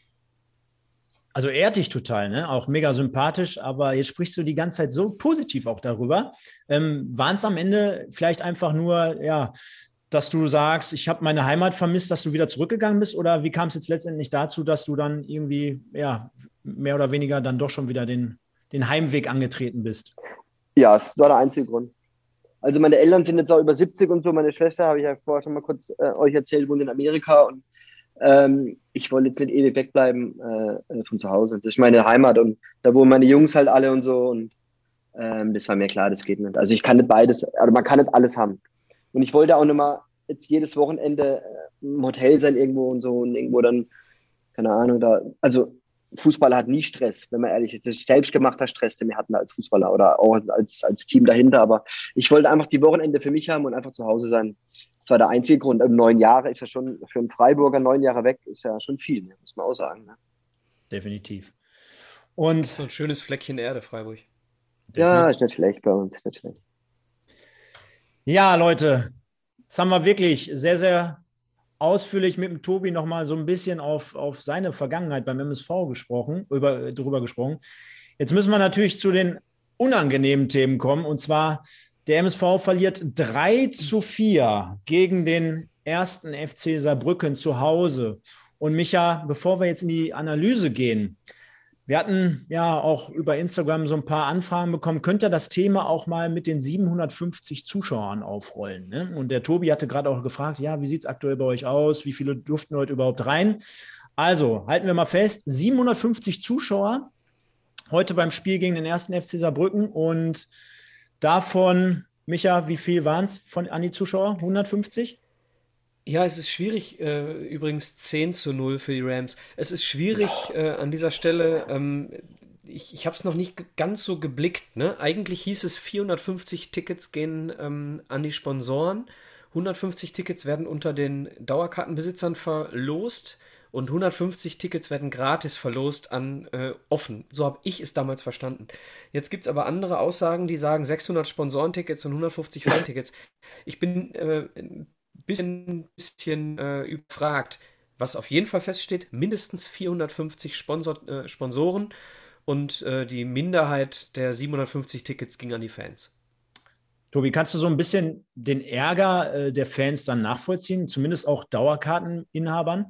Also ehrt dich total, ne? Auch mega sympathisch, aber jetzt sprichst du die ganze Zeit so positiv auch darüber. Ähm, waren es am Ende vielleicht einfach nur, ja, dass du sagst, ich habe meine Heimat vermisst, dass du wieder zurückgegangen bist? Oder wie kam es jetzt letztendlich dazu, dass du dann irgendwie, ja, mehr oder weniger dann doch schon wieder den, den Heimweg angetreten bist? Ja, es war der einzige Grund. Also meine Eltern sind jetzt auch über siebzig und so. Meine Schwester, habe ich ja vorher schon mal kurz äh, euch erzählt, wohnt in Amerika. Und ähm, ich wollte jetzt nicht ewig wegbleiben äh, von zu Hause. Das ist meine Heimat und da wohnen meine Jungs halt alle und so. Und ähm, das war mir klar, das geht nicht. Also ich kann nicht beides, also man kann nicht alles haben. Und ich wollte auch nicht mal jetzt jedes Wochenende im Hotel sein irgendwo und so und irgendwo dann, keine Ahnung, da, also Fußballer hat nie Stress, wenn man ehrlich ist. Das ist selbstgemachter Stress, den wir hatten als Fußballer oder auch als, als Team dahinter. Aber ich wollte einfach die Wochenende für mich haben und einfach zu Hause sein. Das war der einzige Grund. Und neun Jahre ist ja schon, für einen Freiburger neun Jahre weg, ist ja schon viel, muss man auch sagen. Ne? Definitiv. Und so ein schönes Fleckchen Erde, Freiburg. Ja, ist nicht schlecht bei uns, ist nicht schlecht. Ja, Leute, jetzt haben wir wirklich sehr, sehr ausführlich mit dem Tobi nochmal so ein bisschen auf, auf seine Vergangenheit beim M S V gesprochen, über, darüber gesprochen. Jetzt müssen wir natürlich zu den unangenehmen Themen kommen. Und zwar, der M S V verliert drei zu vier gegen den ersten F C Saarbrücken zu Hause. Und Micha, bevor wir jetzt in die Analyse gehen, wir hatten ja auch über Instagram so ein paar Anfragen bekommen. Könnt ihr das Thema auch mal mit den siebenhundertfünfzig Zuschauern aufrollen? Ne? Und der Tobi hatte gerade auch gefragt, ja, wie sieht es aktuell bei euch aus? Wie viele durften heute überhaupt rein? Also, halten wir mal fest, siebenhundertfünfzig Zuschauer heute beim Spiel gegen den ersten F C Saarbrücken. Und davon, Micha, wie viel waren es an die Zuschauer? hundertfünfzig? Ja, es ist schwierig, äh, übrigens zehn zu null für die Rams. Es ist schwierig äh, an dieser Stelle, ähm, ich, ich habe es noch nicht g- ganz so geblickt, ne? Eigentlich hieß es vierhundertfünfzig Tickets gehen ähm, an die Sponsoren, hundertfünfzig Tickets werden unter den Dauerkartenbesitzern verlost und hundertfünfzig Tickets werden gratis verlost an äh, offen. So habe ich es damals verstanden. Jetzt gibt es aber andere Aussagen, die sagen sechshundert Sponsorentickets und hundertfünfzig Fan-Tickets. Ich bin äh, bisschen, bisschen äh, überfragt. Was auf jeden Fall feststeht, mindestens vierhundertfünfzig Sponsor, äh, Sponsoren und äh, die Minderheit der siebenhundertfünfzig Tickets ging an die Fans. Tobi, kannst du so ein bisschen den Ärger äh, der Fans dann nachvollziehen, zumindest auch Dauerkarteninhabern?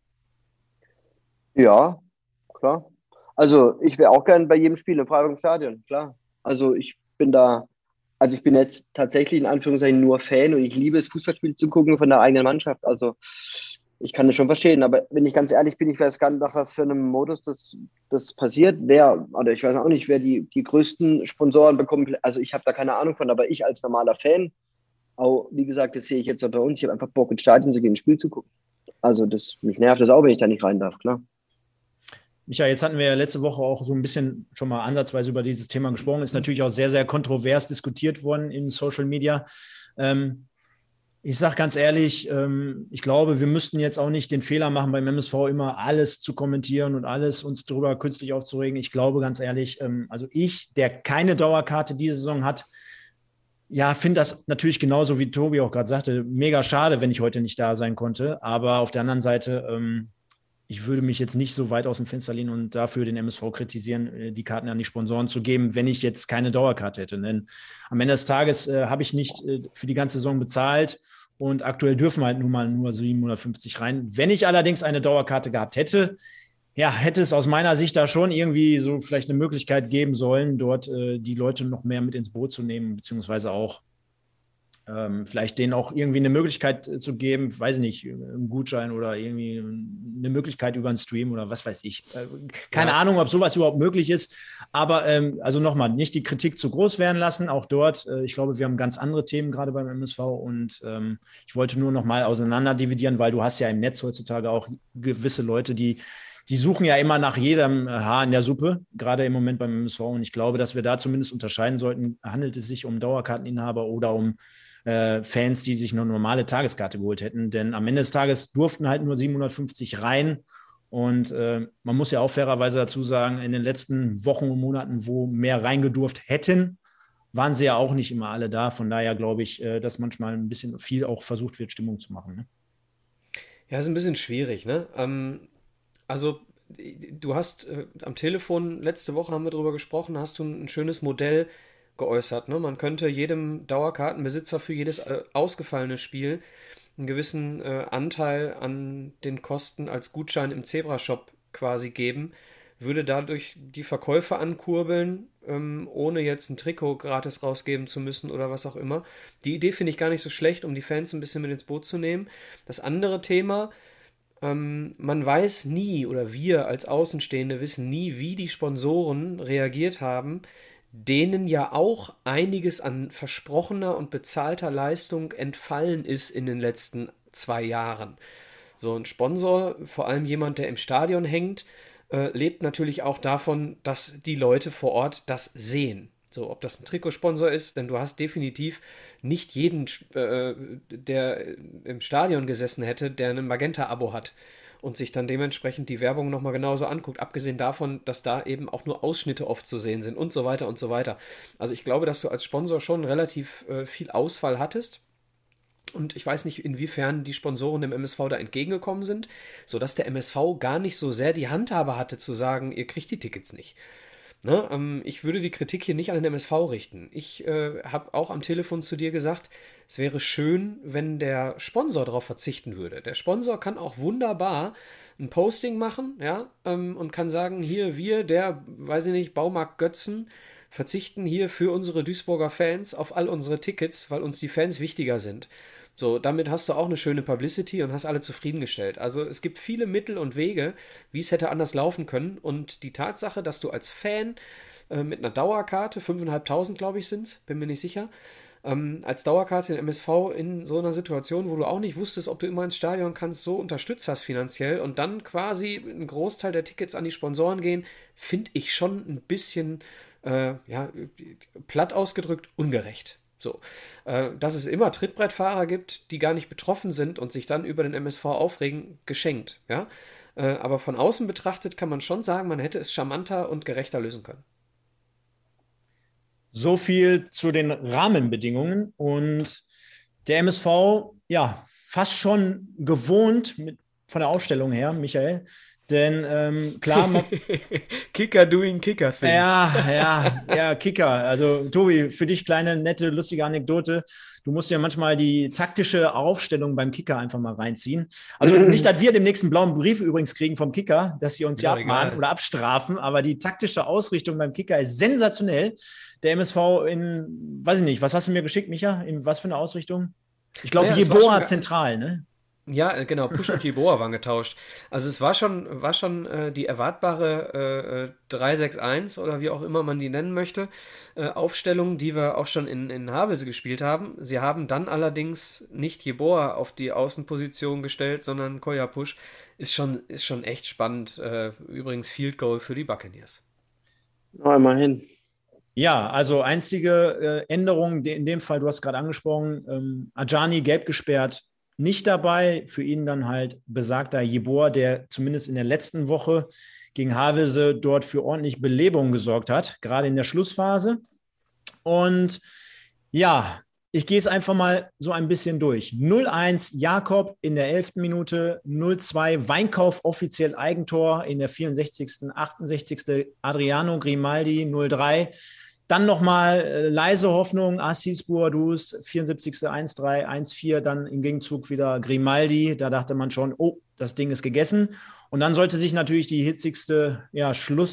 Ja, klar. Also ich wäre auch gern bei jedem Spiel im Freiburg Stadion, klar. Also ich bin da, also ich bin jetzt tatsächlich in Anführungszeichen nur Fan und ich liebe es, Fußballspiele zu gucken von der eigenen Mannschaft. Also ich kann das schon verstehen, aber wenn ich ganz ehrlich bin, ich weiß gar nicht, nach was für einem Modus das, das passiert. Wer, oder ich weiß auch nicht, wer die, die größten Sponsoren bekommen. Also ich habe da keine Ahnung von, aber ich als normaler Fan, auch wie gesagt, das sehe ich jetzt auch bei uns, ich habe einfach Bock ins Stadion zu gehen, ein Spiel zu gucken. Also das, mich nervt das auch, wenn ich da nicht rein darf, klar. Micha, jetzt hatten wir ja letzte Woche auch so ein bisschen schon mal ansatzweise über dieses Thema gesprochen. Ist natürlich auch sehr, sehr kontrovers diskutiert worden in Social Media. Ähm, ich sage ganz ehrlich, ähm, ich glaube, wir müssten jetzt auch nicht den Fehler machen, beim M S V immer alles zu kommentieren und alles uns darüber künstlich aufzuregen. Ich glaube ganz ehrlich, ähm, also ich, der keine Dauerkarte diese Saison hat, ja, finde das natürlich genauso, wie Tobi auch gerade sagte, mega schade, wenn ich heute nicht da sein konnte. Aber auf der anderen Seite, ähm, ich würde mich jetzt nicht so weit aus dem Fenster lehnen und dafür den M S V kritisieren, die Karten an die Sponsoren zu geben, wenn ich jetzt keine Dauerkarte hätte. Denn am Ende des Tages äh, habe ich nicht äh, für die ganze Saison bezahlt und aktuell dürfen halt nun mal nur siebenhundertfünfzig rein. Wenn ich allerdings eine Dauerkarte gehabt hätte, ja, hätte es aus meiner Sicht da schon irgendwie so vielleicht eine Möglichkeit geben sollen, dort äh, die Leute noch mehr mit ins Boot zu nehmen, beziehungsweise auch Ähm, vielleicht denen auch irgendwie eine Möglichkeit äh, zu geben, weiß ich nicht, einen Gutschein oder irgendwie eine Möglichkeit über einen Stream oder was weiß ich. Äh, keine Ja. Ahnung, ob sowas überhaupt möglich ist. Aber ähm, also nochmal, nicht die Kritik zu groß werden lassen. Auch dort, äh, ich glaube, wir haben ganz andere Themen gerade beim M S V und ähm, ich wollte nur nochmal auseinander dividieren, weil du hast ja im Netz heutzutage auch gewisse Leute, die Die suchen ja immer nach jedem Haar in der Suppe, gerade im Moment beim M S V. Und ich glaube, dass wir da zumindest unterscheiden sollten, handelt es sich um Dauerkarteninhaber oder um äh, Fans, die sich eine normale Tageskarte geholt hätten. Denn am Ende des Tages durften halt nur siebenhundertfünfzig rein. Und äh, man muss ja auch fairerweise dazu sagen, in den letzten Wochen und Monaten, wo mehr reingedurft hätten, waren sie ja auch nicht immer alle da. Von daher glaube ich, äh, dass manchmal ein bisschen viel auch versucht wird, Stimmung zu machen. Ne? Ja, ist ein bisschen schwierig, ne? Ähm, also, du hast äh, am Telefon, letzte Woche haben wir darüber gesprochen, hast du ein schönes Modell geäußert, ne? Man könnte jedem Dauerkartenbesitzer für jedes äh, ausgefallene Spiel einen gewissen äh, Anteil an den Kosten als Gutschein im Zebra-Shop quasi geben, würde dadurch die Verkäufe ankurbeln, ähm, ohne jetzt ein Trikot gratis rausgeben zu müssen oder was auch immer. Die Idee finde ich gar nicht so schlecht, um die Fans ein bisschen mit ins Boot zu nehmen. Das andere Thema, ähm, man weiß nie oder wir als Außenstehende wissen nie, wie die Sponsoren reagiert haben, denen ja auch einiges an versprochener und bezahlter Leistung entfallen ist in den letzten zwei Jahren. So ein Sponsor, vor allem jemand, der im Stadion hängt, äh, lebt natürlich auch davon, dass die Leute vor Ort das sehen. So, ob das ein Trikotsponsor ist, denn du hast definitiv nicht jeden, äh, der im Stadion gesessen hätte, der ein Magenta-Abo hat und sich dann dementsprechend die Werbung nochmal genauso anguckt, abgesehen davon, dass da eben auch nur Ausschnitte oft zu sehen sind und so weiter und so weiter. Also ich glaube, dass du als Sponsor schon relativ äh, viel Auswahl hattest. Und ich weiß nicht, inwiefern die Sponsoren dem M S V da entgegengekommen sind, sodass der M S V gar nicht so sehr die Handhabe hatte zu sagen, ihr kriegt die Tickets nicht. Ne? Ähm, ich würde die Kritik hier nicht an den M S V richten. Ich äh, habe auch am Telefon zu dir gesagt, es wäre schön, wenn der Sponsor darauf verzichten würde. Der Sponsor kann auch wunderbar ein Posting machen, ja, ähm, und kann sagen, hier wir, der, weiß ich nicht, Baumarkt Götzen, verzichten hier für unsere Duisburger Fans auf all unsere Tickets, weil uns die Fans wichtiger sind. So, damit hast du auch eine schöne Publicity und hast alle zufriedengestellt. Also es gibt viele Mittel und Wege, wie es hätte anders laufen können. Und die Tatsache, dass du als Fan äh, mit einer Dauerkarte, fünftausendfünfhundert, glaube ich, sind es, bin mir nicht sicher, ähm, als Dauerkarte den M S V in so einer Situation, wo du auch nicht wusstest, ob du immer ins Stadion kannst, so unterstützt hast finanziell und dann quasi ein Großteil der Tickets an die Sponsoren gehen, finde ich schon ein bisschen, äh, ja, platt ausgedrückt, ungerecht. So, äh, dass es immer Trittbrettfahrer gibt, die gar nicht betroffen sind und sich dann über den M S V aufregen, geschenkt, ja. Äh, aber von außen betrachtet kann man schon sagen, man hätte es charmanter und gerechter lösen können. So viel zu den Rahmenbedingungen und der M S V, ja, fast schon gewohnt mit, von der Ausstellung her, Michael. Denn ähm, klar, man, Kicker doing Kicker things. ja, ja, ja, Kicker. Also Tobi, für dich kleine, nette, lustige Anekdote. Du musst ja manchmal die taktische Aufstellung beim Kicker einfach mal reinziehen. Also nicht, dass wir den nächsten blauen Brief übrigens kriegen vom Kicker, dass sie uns ja abmahnen egal. Oder abstrafen, aber die taktische Ausrichtung beim Kicker ist sensationell. Der M S V in, weiß ich nicht, was hast du mir geschickt, Micha? In was für eine Ausrichtung? Ich glaube, ja, Jeboa zentral, ne? Ja, genau, Push und Jeboa waren getauscht. Also es war schon, war schon äh, die erwartbare äh, drei sechs eins oder wie auch immer man die nennen möchte, äh, Aufstellung, die wir auch schon in, in Havelse gespielt haben. Sie haben dann allerdings nicht Jeboa auf die Außenposition gestellt, sondern Koya Push. Ist schon, ist schon echt spannend. Äh, übrigens Field Goal für die Buccaneers. Oh, immerhin. Ja, also einzige äh, Änderung, in dem Fall, du hast gerade angesprochen, ähm, Ajani gelb gesperrt, nicht dabei, für ihn dann halt besagter Jeboa, der zumindest in der letzten Woche gegen Havelse dort für ordentlich Belebung gesorgt hat, gerade in der Schlussphase. Und ja, ich gehe es einfach mal so ein bisschen durch. null eins Jakob in der elften Minute, null zwei Weinkauf offiziell Eigentor in der vierundsechzigsten achtundsechzigsten Adriano Grimaldi null drei. Dann nochmal äh, leise Hoffnung, Assis Bouadouz, vierundsiebzigsten eins drei, eins vier, dann im Gegenzug wieder Grimaldi. Da dachte man schon, oh, das Ding ist gegessen. Und dann sollte sich natürlich die hitzigste ja, Schluss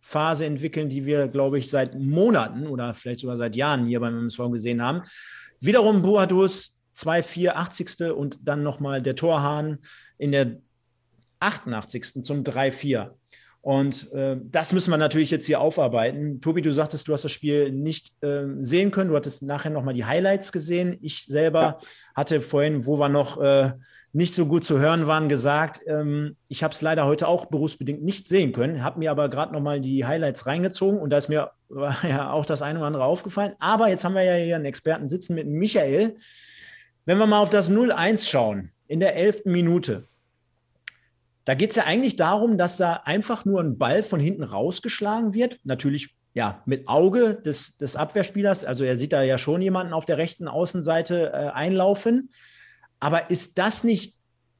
Phase entwickeln, die wir, glaube ich, seit Monaten oder vielleicht sogar seit Jahren hier beim M S V gesehen haben. Wiederum Boadus, zwei vier, achtzigste und dann nochmal der Torhahn in der achtundachtzigsten zum drei vier. Und äh, das müssen wir natürlich jetzt hier aufarbeiten. Tobi, du sagtest, du hast das Spiel nicht äh, sehen können. Du hattest nachher nochmal die Highlights gesehen. Ich selber ja. hatte vorhin, wo wir noch äh, nicht so gut zu hören waren, gesagt, ähm, ich habe es leider heute auch berufsbedingt nicht sehen können, habe mir aber gerade nochmal die Highlights reingezogen und da ist mir ja auch das eine oder andere aufgefallen. Aber jetzt haben wir ja hier einen Experten sitzen mit Michael. Wenn wir mal auf das null eins schauen, in der elften Minute, da geht es ja eigentlich darum, dass da einfach nur ein Ball von hinten rausgeschlagen wird. Natürlich ja mit Auge des, des Abwehrspielers. Also er sieht da ja schon jemanden auf der rechten Außenseite äh, einlaufen. Aber ist das nicht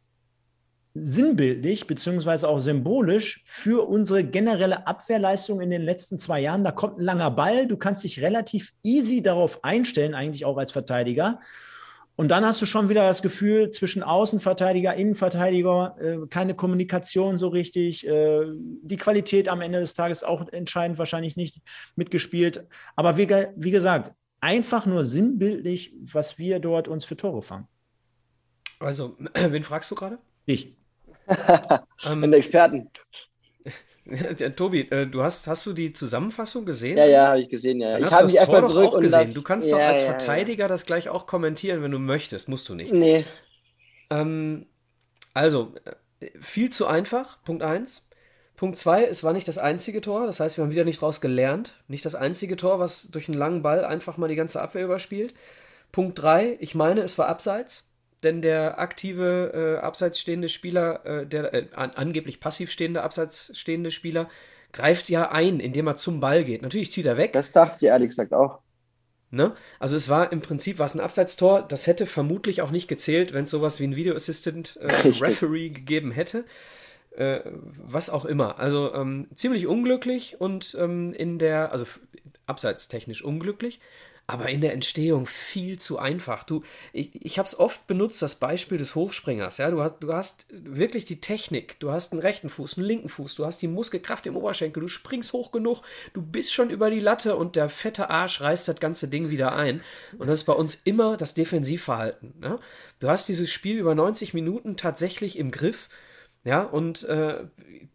sinnbildlich beziehungsweise auch symbolisch für unsere generelle Abwehrleistung in den letzten zwei Jahren? Da kommt ein langer Ball. Du kannst dich relativ easy darauf einstellen, eigentlich auch als Verteidiger. Und dann hast du schon wieder das Gefühl, zwischen Außenverteidiger, Innenverteidiger, äh, keine Kommunikation so richtig, äh, die Qualität am Ende des Tages auch entscheidend wahrscheinlich nicht mitgespielt. Aber wie, wie gesagt, einfach nur sinnbildlich, was wir dort uns für Tore fangen. Also, wen fragst du gerade? Dich. ähm, Den Experten. Ja, Tobi, äh, du hast, hast du die Zusammenfassung gesehen? Ja, ja, habe ich gesehen, ja. Dann ich hast du das mich Tor doch zurück auch gesehen. Das, du kannst ja, doch als ja, Verteidiger ja. das gleich auch kommentieren, wenn du möchtest. Musst du nicht. Nee. Ähm, also, viel zu einfach, Punkt eins. Punkt zwei, es war nicht das einzige Tor. Das heißt, wir haben wieder nicht draus gelernt. Nicht das einzige Tor, was durch einen langen Ball einfach mal die ganze Abwehr überspielt. Punkt drei, ich meine, es war abseits. Denn der aktive, äh, abseits stehende Spieler, äh, der äh, an, angeblich passiv stehende, abseits stehende Spieler, greift ja ein, indem er zum Ball geht. Natürlich zieht er weg. Das dachte ich ehrlich gesagt auch. Ne? Also es war im Prinzip war es ein Abseitstor. Das hätte vermutlich auch nicht gezählt, wenn es sowas wie ein Video Assistant äh, Referee gegeben hätte. Äh, was auch immer. Also ähm, ziemlich unglücklich und ähm, in der, also abseitstechnisch unglücklich. Aber in der Entstehung viel zu einfach. Du, ich ich habe es oft benutzt, das Beispiel des Hochspringers. Ja? Du, hast, du hast wirklich die Technik, du hast einen rechten Fuß, einen linken Fuß, du hast die Muskelkraft im Oberschenkel, du springst hoch genug, du bist schon über die Latte und der fette Arsch reißt das ganze Ding wieder ein. Und das ist bei uns immer das Defensivverhalten. Ja? Du hast dieses Spiel über neunzig Minuten tatsächlich im Griff, ja, und äh,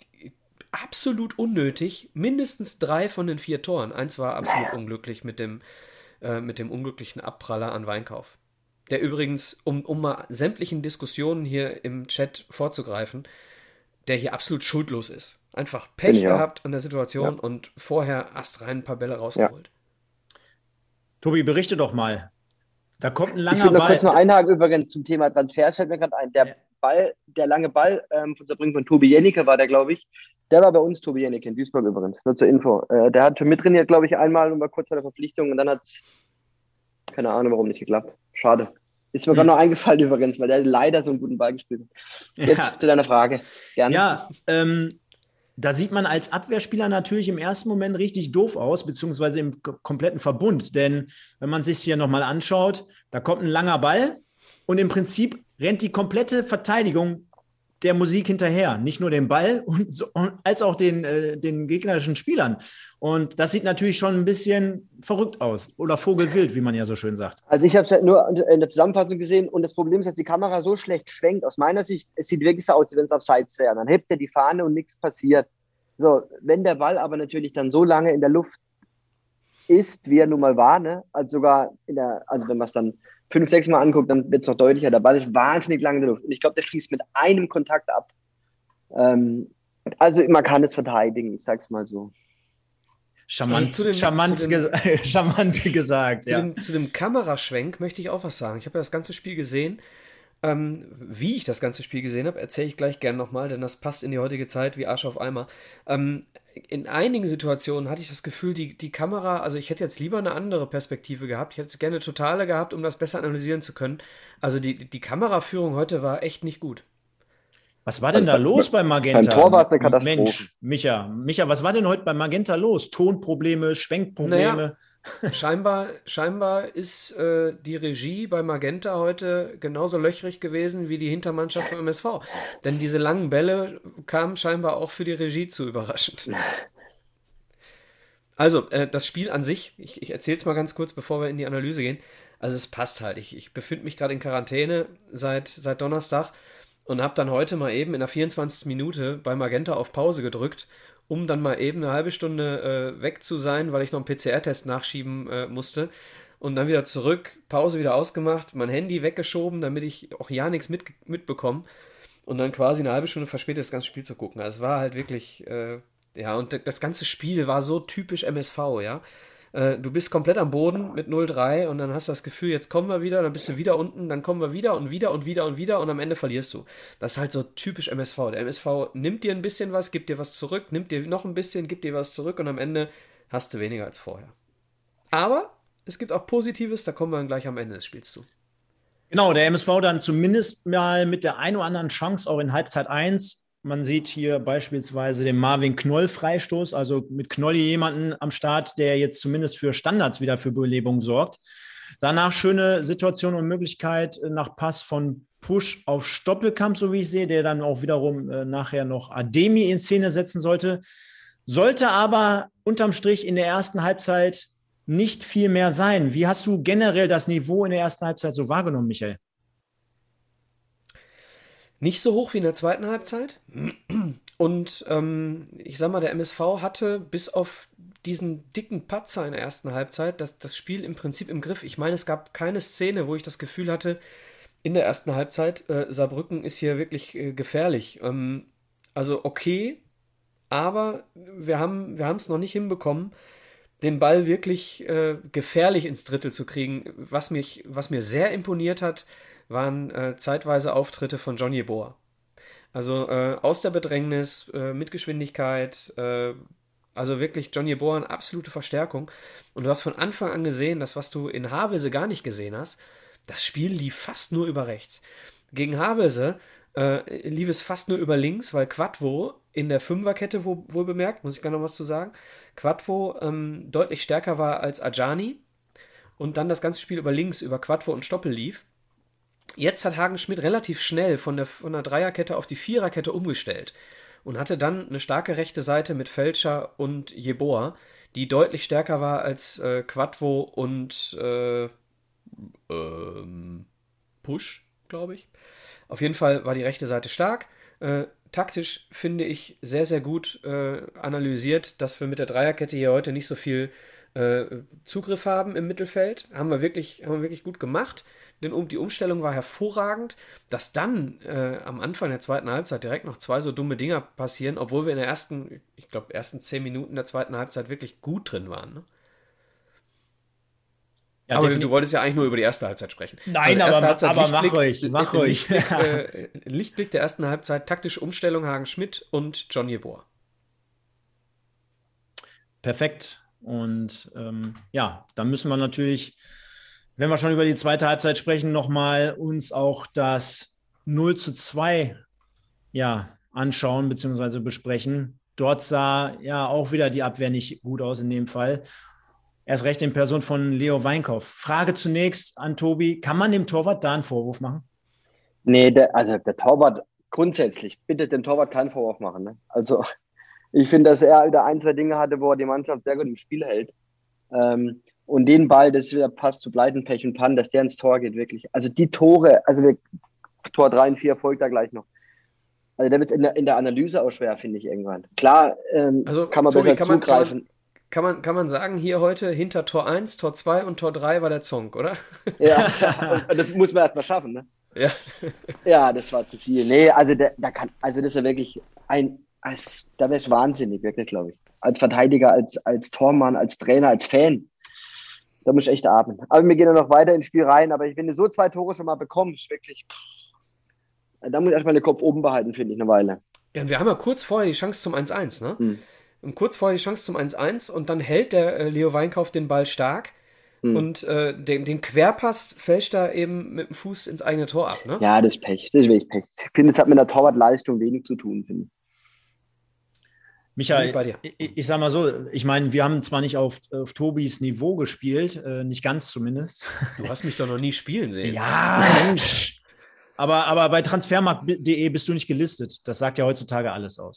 absolut unnötig, mindestens drei von den vier Toren. Eins war absolut unglücklich mit dem mit dem unglücklichen Abpraller an Weinkauf. Der übrigens, um, um mal sämtlichen Diskussionen hier im Chat vorzugreifen, der hier absolut schuldlos ist. Einfach Pech gehabt an der Situation ja. und vorher astrein ein paar Bälle rausgeholt. Ja. Tobi, berichte doch mal. Da kommt ein langer ich will noch Ball. kurz noch einhaken übrigens zum Thema Transfers, fällt mir gerade ein. Der ja. Ball, der lange Ball ähm, von Saarbrücken von Tobi Jennecke war der, glaube ich. Der war bei uns, Tobi Jennecke, in Duisburg übrigens, nur zur Info. Äh, der hat schon mittrainiert, glaube ich, einmal und war kurz vor der Verpflichtung und dann hat es, keine Ahnung, warum nicht geklappt. Schade. Ist mir hm. gerade noch eingefallen übrigens, weil der leider so einen guten Ball gespielt hat. Jetzt ja. zu deiner Frage. Gerne. Ja, ähm, da sieht man als Abwehrspieler natürlich im ersten Moment richtig doof aus, beziehungsweise im k- kompletten Verbund. Denn wenn man sich hier nochmal anschaut, da kommt ein langer Ball und im Prinzip rennt die komplette Verteidigung der Musik hinterher, nicht nur den Ball, und so, als auch den, äh, den gegnerischen Spielern. Und das sieht natürlich schon ein bisschen verrückt aus oder vogelwild, wie man ja so schön sagt. Also ich habe es ja nur in der Zusammenfassung gesehen und das Problem ist, dass die Kamera so schlecht schwenkt. Aus meiner Sicht, es sieht wirklich so aus, wie wenn es Abseits wäre. Dann hebt er die Fahne und nichts passiert. So, wenn der Ball aber natürlich dann so lange in der Luft ist, wie er nun mal war, ne? Also sogar in der, also wenn man es dann fünf, sechs Mal anguckt, dann wird es noch deutlicher. Der Ball ist wahnsinnig lang in der Luft. Und ich glaube, der schließt mit einem Kontakt ab. Ähm, also man kann es verteidigen, ich sag's mal so. Charmant, zu dem, charmant, zu dem, ges- charmant gesagt, zu ja. Dem, zu dem Kameraschwenk möchte ich auch was sagen. Ich habe ja das ganze Spiel gesehen. Ähm, wie ich das ganze Spiel gesehen habe, erzähle ich gleich gern nochmal, denn das passt in die heutige Zeit wie Arsch auf Eimer. Ähm, in einigen Situationen hatte ich das Gefühl, die, die Kamera, also ich hätte jetzt lieber eine andere Perspektive gehabt. Ich hätte es gerne totale gehabt, um das besser analysieren zu können. Also die, die Kameraführung heute war echt nicht gut. Was war denn da los bei Magenta? Beim Tor war es eine Katastrophe. Mensch, Micha, Micha, was war denn heute bei Magenta los? Tonprobleme, Schwenkprobleme? Naja, scheinbar, scheinbar ist äh, die Regie bei Magenta heute genauso löchrig gewesen wie die Hintermannschaft beim M S V. Denn diese langen Bälle kamen scheinbar auch für die Regie zu überraschend. Also, äh, das Spiel an sich, ich, ich erzähle es mal ganz kurz, bevor wir in die Analyse gehen. Also, es passt halt. Ich, ich befinde mich gerade in Quarantäne seit, seit Donnerstag und habe dann heute mal eben in der vierundzwanzigsten Minute bei Magenta auf Pause gedrückt, um dann mal eben eine halbe Stunde äh, weg zu sein, weil ich noch einen P C R-Test nachschieben äh, musste. Und dann wieder zurück, Pause wieder ausgemacht, mein Handy weggeschoben, damit ich auch ja nichts mit, mitbekomme. Und dann quasi eine halbe Stunde verspätet das ganze Spiel zu gucken. Also es war halt wirklich, äh, ja, und das ganze Spiel war so typisch M S V, ja. Äh, du bist komplett am Boden mit null drei und dann hast du das Gefühl, jetzt kommen wir wieder, dann bist du wieder unten, dann kommen wir wieder und wieder und wieder und wieder und am Ende verlierst du. Das ist halt so typisch M S V. Der M S V nimmt dir ein bisschen was, gibt dir was zurück, nimmt dir noch ein bisschen, gibt dir was zurück und am Ende hast du weniger als vorher. Aber es gibt auch Positives, da kommen wir dann gleich am Ende des Spiels zu. Genau, der M S V dann zumindest mal mit der ein oder anderen Chance auch in Halbzeit eins. Man sieht hier beispielsweise den Marvin Knoll-Freistoß, also mit Knolli jemanden am Start, der jetzt zumindest für Standards wieder für Belebung sorgt. Danach schöne Situation und Möglichkeit nach Pass von Pusch auf Stoppelkamp, so wie ich sehe, der dann auch wiederum äh, nachher noch Ademi in Szene setzen sollte. Sollte aber unterm Strich in der ersten Halbzeit nicht viel mehr sein. Wie hast du generell das Niveau in der ersten Halbzeit so wahrgenommen, Michael? Nicht so hoch wie in der zweiten Halbzeit. Und ähm, ich sag mal, der M S V hatte bis auf diesen dicken Patzer in der ersten Halbzeit das, das Spiel im Prinzip im Griff. Ich meine, es gab keine Szene, wo ich das Gefühl hatte, in der ersten Halbzeit, äh, Saarbrücken ist hier wirklich äh, gefährlich. Ähm, also okay, aber wir haben wir haben es noch nicht hinbekommen, den Ball wirklich äh, gefährlich ins Drittel zu kriegen. Was mich, was mir sehr imponiert hat, waren äh, zeitweise Auftritte von John Yeboah. Also äh, aus der Bedrängnis, äh, mit Geschwindigkeit, äh, also wirklich John Yeboah eine absolute Verstärkung. Und du hast von Anfang an gesehen, dass was du in Havelse gar nicht gesehen hast, das Spiel lief fast nur über rechts. Gegen Havelse äh, lief es fast nur über links, weil Quadvo in der Fünferkette wohl, wohl bemerkt, muss ich gar noch was zu sagen, Quadvo ähm, deutlich stärker war als Ajani und dann das ganze Spiel über links, über Quadvo und Stoppel lief. Jetzt hat Hagen Schmidt relativ schnell von der, von der Dreierkette auf die Viererkette umgestellt und hatte dann eine starke rechte Seite mit Feldscher und Yeboah, die deutlich stärker war als äh, Quadvo und äh, ähm, Pusch, glaube ich. Auf jeden Fall war die rechte Seite stark. Äh, taktisch finde ich sehr, sehr gut äh, analysiert, dass wir mit der Dreierkette hier heute nicht so viel äh, Zugriff haben im Mittelfeld. Haben wir wirklich, haben wir wirklich gut gemacht. Denn um, die Umstellung war hervorragend. Dass dann äh, am Anfang der zweiten Halbzeit direkt noch zwei so dumme Dinger passieren, obwohl wir in der ersten, ich glaube, ersten zehn Minuten der zweiten Halbzeit wirklich gut drin waren. Ne? Ja, aber definitiv. Du wolltest ja eigentlich nur über die erste Halbzeit sprechen. Nein, also aber, aber mach ruhig, mach ruhig. Lichtblick, äh, Lichtblick der ersten Halbzeit, taktische Umstellung Hagen Schmidt und John Yeboah. Perfekt. Und ähm, ja, dann müssen wir natürlich, wenn wir schon über die zweite Halbzeit sprechen, nochmal uns auch das null zu zwei ja, anschauen bzw. besprechen. Dort sah ja auch wieder die Abwehr nicht gut aus in dem Fall. Erst recht in Person von Leo Weinkauf. Frage zunächst an Tobi, kann man dem Torwart da einen Vorwurf machen? Nee, der, also der Torwart grundsätzlich, bitte dem Torwart keinen Vorwurf machen. Ne? Also ich finde, dass er wieder ein, zwei Dinge hatte, wo er die Mannschaft sehr gut im Spiel hält. Ähm, und den Ball, das wieder passt zu Pleiten, Pech und Pannen, dass der ins Tor geht, wirklich. Also die Tore, also wir, Tor drei und vier folgt da gleich noch. Also der wird in der, in der Analyse auch schwer, finde ich, irgendwann. Klar, ähm, also, kann man Tobi, besser kann zugreifen. Man, kann, man, kann man sagen, hier heute hinter Tor eins, Tor zwei und Tor drei war der Zonk, oder? Ja, und das muss man erstmal schaffen, ne? Ja. Ja, das war zu viel. Nee, also der, der kann, also das ist ja wirklich ein, als, da wäre es wahnsinnig, wirklich, glaube ich. Als Verteidiger, als, als Tormann, als Trainer, als Fan. Da muss ich echt atmen. Aber wir gehen ja noch weiter ins Spiel rein, aber wenn du so zwei Tore schon mal bekommst, wirklich, da muss ich erstmal den Kopf oben behalten, finde ich, eine Weile. Ja, und wir haben ja kurz vorher die Chance zum eins eins, ne? Hm. Und kurz vorher die Chance zum eins eins und dann hält der äh, Leo Weinkauf den Ball stark. Hm. Und äh, den, den Querpass fälscht da eben mit dem Fuß ins eigene Tor ab, ne? Ja, das ist Pech. Das ist wirklich Pech. Ich finde, es hat mit der Torwartleistung wenig zu tun, finde ich. Michael, ich, ich, ich sag mal so, ich meine, wir haben zwar nicht auf, auf Tobis Niveau gespielt, äh, nicht ganz zumindest. Du hast mich doch noch nie spielen sehen. Ja, Mensch. Aber, aber bei transfermarkt punkt de bist du nicht gelistet. Das sagt ja heutzutage alles aus.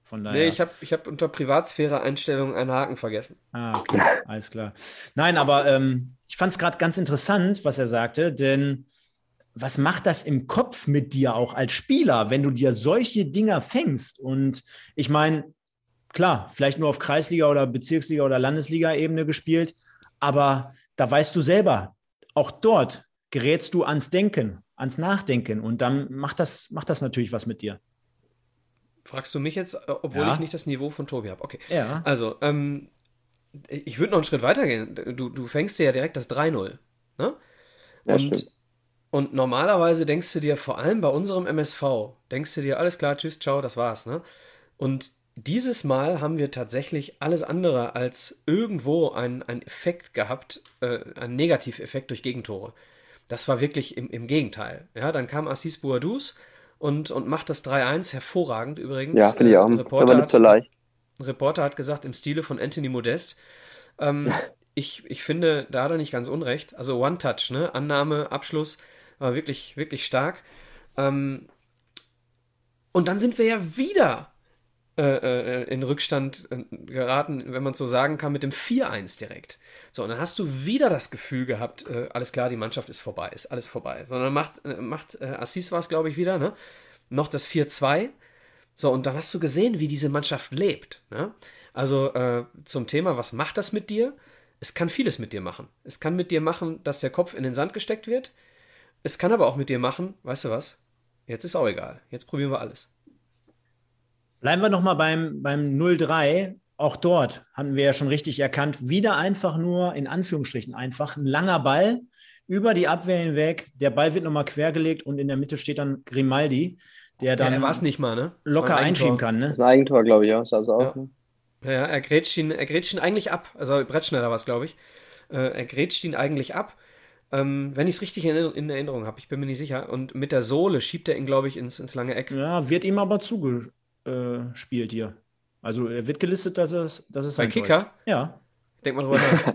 Von Nee, daher. ich habe ich hab unter Privatsphäre-Einstellungen einen Haken vergessen. Ah, okay, alles klar. Nein, aber ähm, ich fand es gerade ganz interessant, was er sagte, denn was macht das im Kopf mit dir auch als Spieler, wenn du dir solche Dinger fängst? Und ich meine, klar, vielleicht nur auf Kreisliga- oder Bezirksliga- oder Landesliga-Ebene gespielt, aber da weißt du selber, auch dort gerätst du ans Denken, ans Nachdenken und dann macht das, macht das natürlich was mit dir. Fragst du mich jetzt, äh, obwohl ich Ja, nicht das Niveau von Tobi habe? Okay. ja, Also, ähm, ich würde noch einen Schritt weiter gehen. Du, du fängst dir ja direkt das drei null. Ne? Ja, stimmt. Und, und normalerweise denkst du dir, vor allem bei unserem M S V, denkst du dir, alles klar, tschüss, ciao, das war's. Ne? Und dieses Mal haben wir tatsächlich alles andere als irgendwo einen, einen Effekt gehabt, äh, einen Negativeffekt durch Gegentore. Das war wirklich im, im Gegenteil. Ja, dann kam Assis Bouadouz und, und macht das drei eins, hervorragend Ja, übrigens. finde ich Äh, auch. ein Aber Reporter nicht so hat, leicht. ein Reporter hat gesagt, im Stile von Anthony Modest. Ähm, ich, ich finde, da hat er nicht ganz unrecht. Also One-Touch, ne? Annahme, Abschluss, war wirklich, wirklich stark. Ähm, und dann sind wir ja wieder äh, äh, in Rückstand äh, geraten, wenn man es so sagen kann, mit dem vier eins direkt. So, und dann hast du wieder das Gefühl gehabt, äh, alles klar, die Mannschaft ist vorbei, ist alles vorbei. Sondern macht, äh, macht äh, Assis war es, glaube ich, wieder, ne? Noch das vier zwei. So, und dann hast du gesehen, wie diese Mannschaft lebt. Ne? Also äh, zum Thema, was macht das mit dir? Es kann vieles mit dir machen. Es kann mit dir machen, dass der Kopf in den Sand gesteckt wird. Es kann aber auch mit dir machen, weißt du was? Jetzt ist auch egal. Jetzt probieren wir alles. bleiben wir nochmal beim, beim null drei. Auch dort hatten wir ja schon richtig erkannt, wieder einfach nur, in Anführungsstrichen einfach, ein langer Ball über die Abwehr hinweg. Der Ball wird nochmal quergelegt und in der Mitte steht dann Grimaldi, der Ja, er war es dann nicht mal, ne? Es war ein locker einschieben Eigentor. kann. Das ist Ne? ein Eigentor, glaube ich, auch. Sah so aus, Ja. ne? Ja, ja, er grätscht ihn, er grätscht ihn eigentlich ab. Also Brettschneider war es, glaube ich. Äh, er grätscht ihn eigentlich ab. Ähm, wenn ich es richtig in, in Erinnerung habe, ich bin mir nicht sicher. Und mit der Sohle schiebt er ihn, glaube ich, ins, ins lange Eck. Ja, wird ihm aber zugespielt hier. Also er wird gelistet, dass es, dass es Bei sein Tor ist. Kicker, Ja. denk mal drüber nach.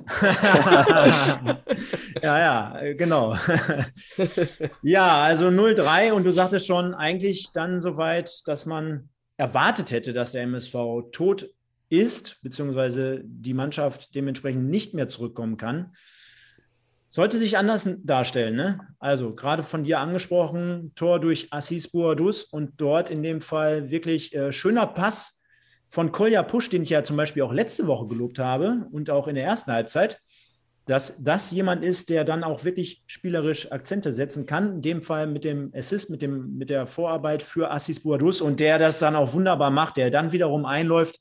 Ja, ja, äh, genau. Ja, also null drei und du sagtest schon, eigentlich dann soweit, dass man erwartet hätte, dass der M S V tot ist, beziehungsweise die Mannschaft dementsprechend nicht mehr zurückkommen kann. Sollte sich anders darstellen, ne? Also gerade von dir angesprochen, Tor durch Assis Bouadouz und dort in dem Fall wirklich äh, schöner Pass von Kolja Pusch, den ich ja zum Beispiel auch letzte Woche gelobt habe und auch in der ersten Halbzeit, dass das jemand ist, der dann auch wirklich spielerisch Akzente setzen kann. In dem Fall mit dem Assist, mit, dem, mit der Vorarbeit für Assis Bouadouz und der das dann auch wunderbar macht, der dann wiederum einläuft,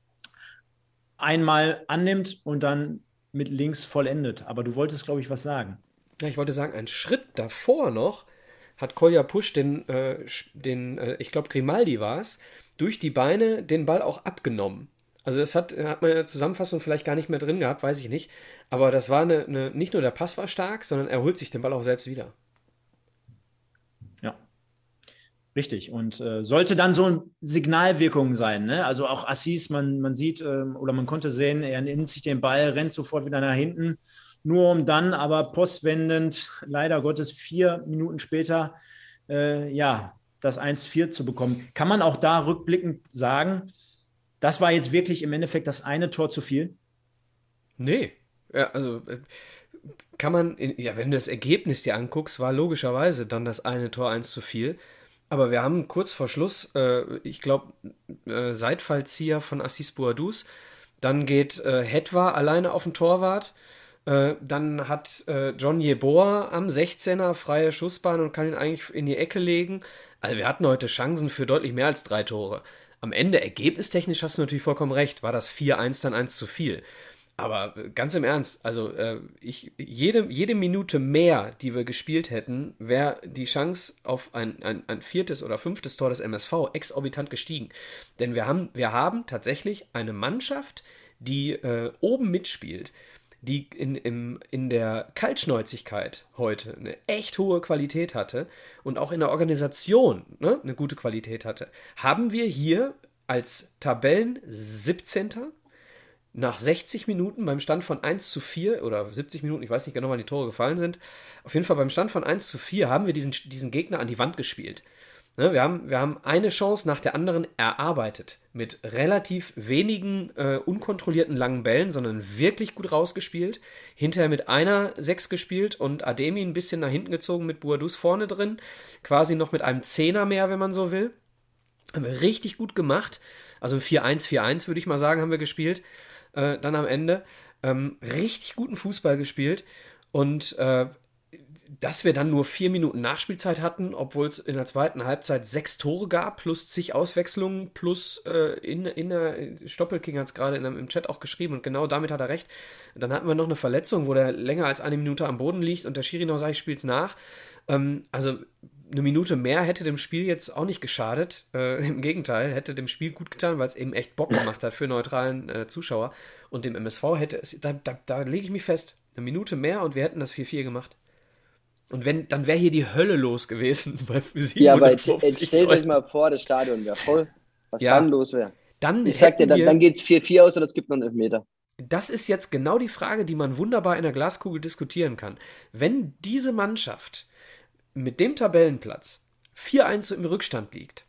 einmal annimmt und dann mit links vollendet. Aber du wolltest, glaube ich, was sagen. Ja, ich wollte sagen, einen Schritt davor noch hat Kolja Pusch den, äh, den äh, ich glaube Grimaldi war es, durch die Beine den Ball auch abgenommen. Also das hat, hat man in der Zusammenfassung vielleicht gar nicht mehr drin gehabt, weiß ich nicht. Aber das war eine, eine, nicht nur der Pass war stark, sondern er holt sich den Ball auch selbst wieder. Ja, richtig. Und äh, sollte dann so eine Signalwirkung sein. Ne? Also auch Assis, man, man sieht ähm, oder man konnte sehen, er nimmt sich den Ball, rennt sofort wieder nach hinten, nur um dann aber postwendend, leider Gottes, vier Minuten später, äh, ja, das eins vier zu bekommen. Kann man auch da rückblickend sagen, das war jetzt wirklich im Endeffekt das eine Tor zu viel? Nee. Ja, also äh, kann man, in, ja, wenn du das Ergebnis dir anguckst, war logischerweise dann das eine Tor eins zu viel. Aber wir haben kurz vor Schluss, äh, ich glaube, äh, Seitfallzieher von Assis Bouadouz. Dann geht äh, Hetwa alleine auf den Torwart. Äh, dann hat äh, John Yeboah am sechzehner freie Schussbahn und kann ihn eigentlich in die Ecke legen. Also wir hatten heute Chancen für deutlich mehr als drei Tore. Am Ende, ergebnistechnisch hast du natürlich vollkommen recht, war das vier eins dann eins zu viel. Aber äh, ganz im Ernst, also äh, ich, jede, jede Minute mehr, die wir gespielt hätten, wäre die Chance auf ein, ein, ein viertes oder fünftes Tor des M S V exorbitant gestiegen. Denn wir haben, wir haben tatsächlich eine Mannschaft, die äh, oben mitspielt, die in, im, in der Kaltschnäuzigkeit heute eine echt hohe Qualität hatte und auch in der Organisation, ne, eine gute Qualität hatte, haben wir hier als Tabellen siebzehnter nach sechzig Minuten beim Stand von eins zu vier oder siebzig Minuten, ich weiß nicht genau, wann die Tore gefallen sind, auf jeden Fall beim Stand von eins zu vier haben wir diesen, diesen Gegner an die Wand gespielt. Ne, wir haben, wir haben eine Chance nach der anderen erarbeitet. Mit relativ wenigen äh, unkontrollierten langen Bällen, sondern wirklich gut rausgespielt. Hinterher mit einer Sechs gespielt und Ademi ein bisschen nach hinten gezogen mit Boadus vorne drin. Quasi noch mit einem Zehner mehr, wenn man so will. Haben wir richtig gut gemacht. Also vier eins, vier eins würde ich mal sagen, haben wir gespielt. Äh, dann am Ende. Ähm, richtig guten Fußball gespielt. Und äh, dass wir dann nur vier Minuten Nachspielzeit hatten, obwohl es in der zweiten Halbzeit sechs Tore gab, plus zig Auswechslungen, plus äh, in, in der Stoppelking hat es gerade in, im Chat auch geschrieben und genau damit hat er recht. Dann hatten wir noch eine Verletzung, wo der länger als eine Minute am Boden liegt und der Schiri noch sagt, ich spiel's nach. Ähm, also eine Minute mehr hätte dem Spiel jetzt auch nicht geschadet. Äh, Im Gegenteil, hätte dem Spiel gut getan, weil es eben echt Bock gemacht hat für neutralen äh, Zuschauer. Und dem M S V hätte es, da, da, da lege ich mich fest, eine Minute mehr und wir hätten das vier vier gemacht. Und wenn, dann wäre hier die Hölle los gewesen bei Ja, aber jetzt, siebenhundertfünfzig jetzt stellt euch Leuten. mal vor, das Stadion wäre voll. Was Ja, dann los wäre. dann Ich sag dir, hätten dann, wir, dann geht es vier vier aus oder es gibt noch einen Elfmeter. das ist jetzt genau die Frage, die man wunderbar in der Glaskugel diskutieren kann. Wenn diese Mannschaft mit dem Tabellenplatz vier eins im Rückstand liegt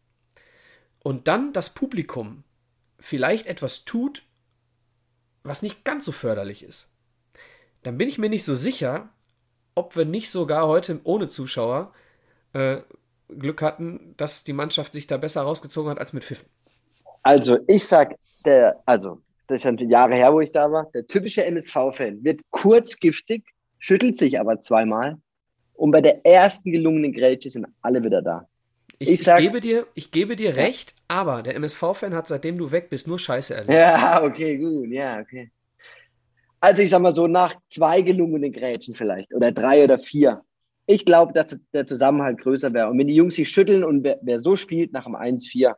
und dann das Publikum vielleicht etwas tut, was nicht ganz so förderlich ist, dann bin ich mir nicht so sicher, ob wir nicht sogar heute ohne Zuschauer äh, Glück hatten, dass die Mannschaft sich da besser rausgezogen hat als mit Pfiffen. Also, ich sag, der, also, das ist schon Jahre her, wo ich da war, der typische M S V-Fan wird kurz giftig, schüttelt sich aber zweimal und bei der ersten gelungenen Grätsche sind alle wieder da. Ich, Ich ich, sag- gebe dir, ich gebe dir recht, aber der M S V-Fan hat, seitdem du weg bist, nur Scheiße erlebt. Ja, okay, gut, ja, okay. Also ich sag mal so, nach zwei gelungenen Grätschen vielleicht oder drei oder vier. Ich glaube, dass der Zusammenhalt größer wäre. Und wenn die Jungs sich schütteln und wer, wer so spielt nach dem eins vier,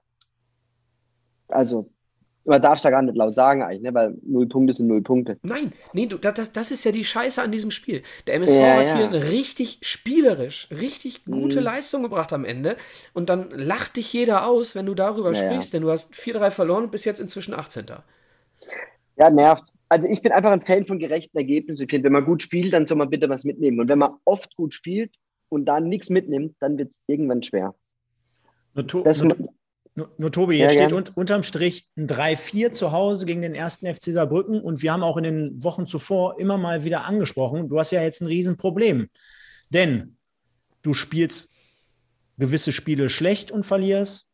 also man darf es ja gar nicht laut sagen eigentlich, ne? Weil null Punkte sind null Punkte. Nein, nee, du, das, das ist ja die Scheiße an diesem Spiel. Der M S V Ja, hat ja. hier eine richtig spielerisch, richtig gute Mhm. Leistung gebracht am Ende. Und dann lacht dich jeder aus, wenn du darüber Ja, ja. sprichst, denn du hast vier drei verloren und bist jetzt inzwischen achtzehnter. Ja, nervt. Also ich bin einfach ein Fan von gerechten Ergebnissen. Ich finde, wenn man gut spielt, dann soll man bitte was mitnehmen. Und wenn man oft gut spielt und dann nichts mitnimmt, dann wird es irgendwann schwer. Nur, to Das, nur, nur, nur Tobi, jetzt Ja, steht gern. un unterm Strich ein drei vier zu Hause gegen den ersten F C Saarbrücken und wir haben auch in den Wochen zuvor immer mal wieder angesprochen, du hast ja jetzt ein Riesenproblem, denn du spielst gewisse Spiele schlecht und verlierst,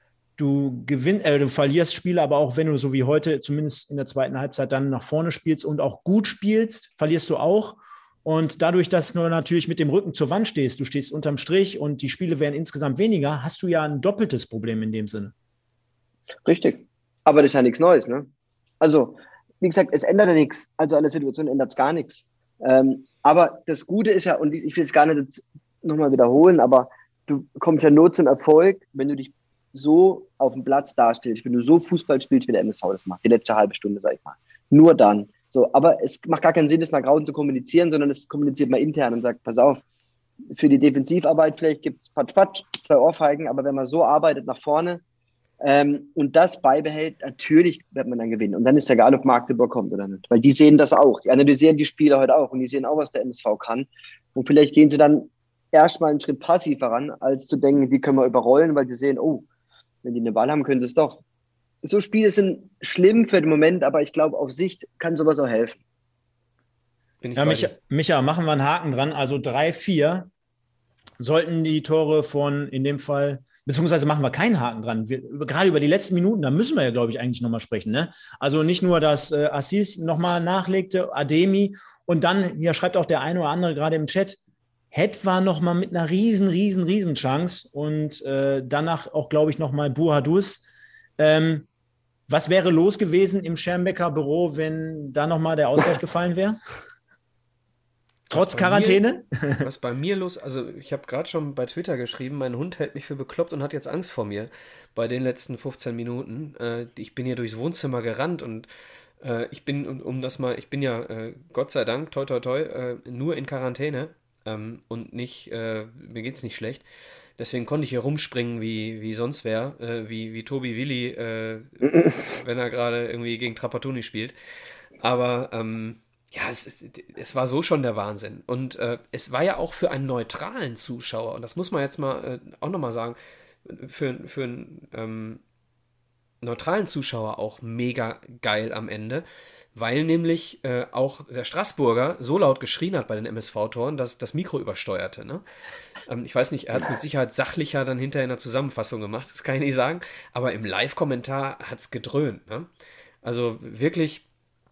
du, gewinn, äh, du verlierst Spiele, aber auch wenn du so wie heute zumindest in der zweiten Halbzeit dann nach vorne spielst und auch gut spielst, verlierst du auch. Und dadurch, dass du natürlich mit dem Rücken zur Wand stehst, du stehst unterm Strich und die Spiele werden insgesamt weniger, hast du ja ein doppeltes Problem in dem Sinne. Richtig. Aber das ist ja nichts Neues, ne? Also, wie gesagt, es ändert ja nichts. Also an der Situation ändert es gar nichts. Ähm, aber das Gute ist ja, und ich will es gar nicht nochmal wiederholen, aber du kommst ja nur zum Erfolg, wenn du dich so auf dem Platz darstellst, wenn du so Fußball spielst, wie der M S V das macht, die letzte halbe Stunde, sag ich mal. Nur dann. So, aber es macht gar keinen Sinn, das nach draußen zu kommunizieren, sondern es kommuniziert man intern und sagt, pass auf, für die Defensivarbeit vielleicht gibt es Patsch, Patsch, zwei Ohrfeigen, aber wenn man so arbeitet nach vorne ähm, und das beibehält, natürlich wird man dann gewinnen. Und dann ist ja egal, ob Magdeburg kommt oder nicht, weil die sehen das auch, die analysieren die Spieler heute auch und die sehen auch, was der M S V kann. Und vielleicht gehen sie dann erstmal einen Schritt passiver ran, als zu denken, wie können wir überrollen, weil sie sehen, oh, wenn die eine Ball haben, können sie es doch. So Spiele sind schlimm für den Moment, aber ich glaube, auf Sicht kann sowas auch helfen. Bin ich Ja, bei Micha, dir. Micha, machen wir einen Haken dran. Also drei vier sollten die Tore von, in dem Fall, beziehungsweise machen wir keinen Haken dran. Wir, über, gerade über die letzten Minuten, da müssen wir ja, glaube ich, eigentlich nochmal sprechen. Ne? Also nicht nur, dass äh, Assis nochmal nachlegte, Ademi und dann, hier schreibt auch der eine oder andere gerade im Chat, Het war nochmal mit einer riesen, riesen, riesen Chance und äh, danach auch, glaube ich, nochmal Buhadus. Ähm, was wäre los gewesen im Schermbecker Büro, wenn da nochmal der Ausgleich gefallen wäre? Trotz Was bei Quarantäne? Mir, was bei mir los, also ich habe gerade schon bei Twitter geschrieben, mein Hund hält mich für bekloppt und hat jetzt Angst vor mir bei den letzten fünfzehn Minuten. Äh, ich bin hier durchs Wohnzimmer gerannt und äh, ich bin, um, um das mal, ich bin ja äh, Gott sei Dank, toi toi toi, äh, nur in Quarantäne ähm, und nicht, äh, mir geht's nicht schlecht. Deswegen konnte ich hier rumspringen wie, wie sonst wer, äh, wie, wie Tobi Willi, äh, wenn er gerade irgendwie gegen Trapattoni spielt. Aber ähm, Ja, es, es, es war so schon der Wahnsinn. Und äh, es war ja auch für einen neutralen Zuschauer, und das muss man jetzt mal äh, auch nochmal sagen, für, für einen ähm, neutralen Zuschauer auch mega geil am Ende, weil nämlich äh, auch der Straßburger so laut geschrien hat bei den M S V-Toren, dass das Mikro übersteuerte. Ne? Ähm, ich weiß nicht, er hat es mit Sicherheit sachlicher dann hinterher in der Zusammenfassung gemacht, das kann ich nicht sagen, aber im Live-Kommentar hat es gedröhnt. Ne? Also wirklich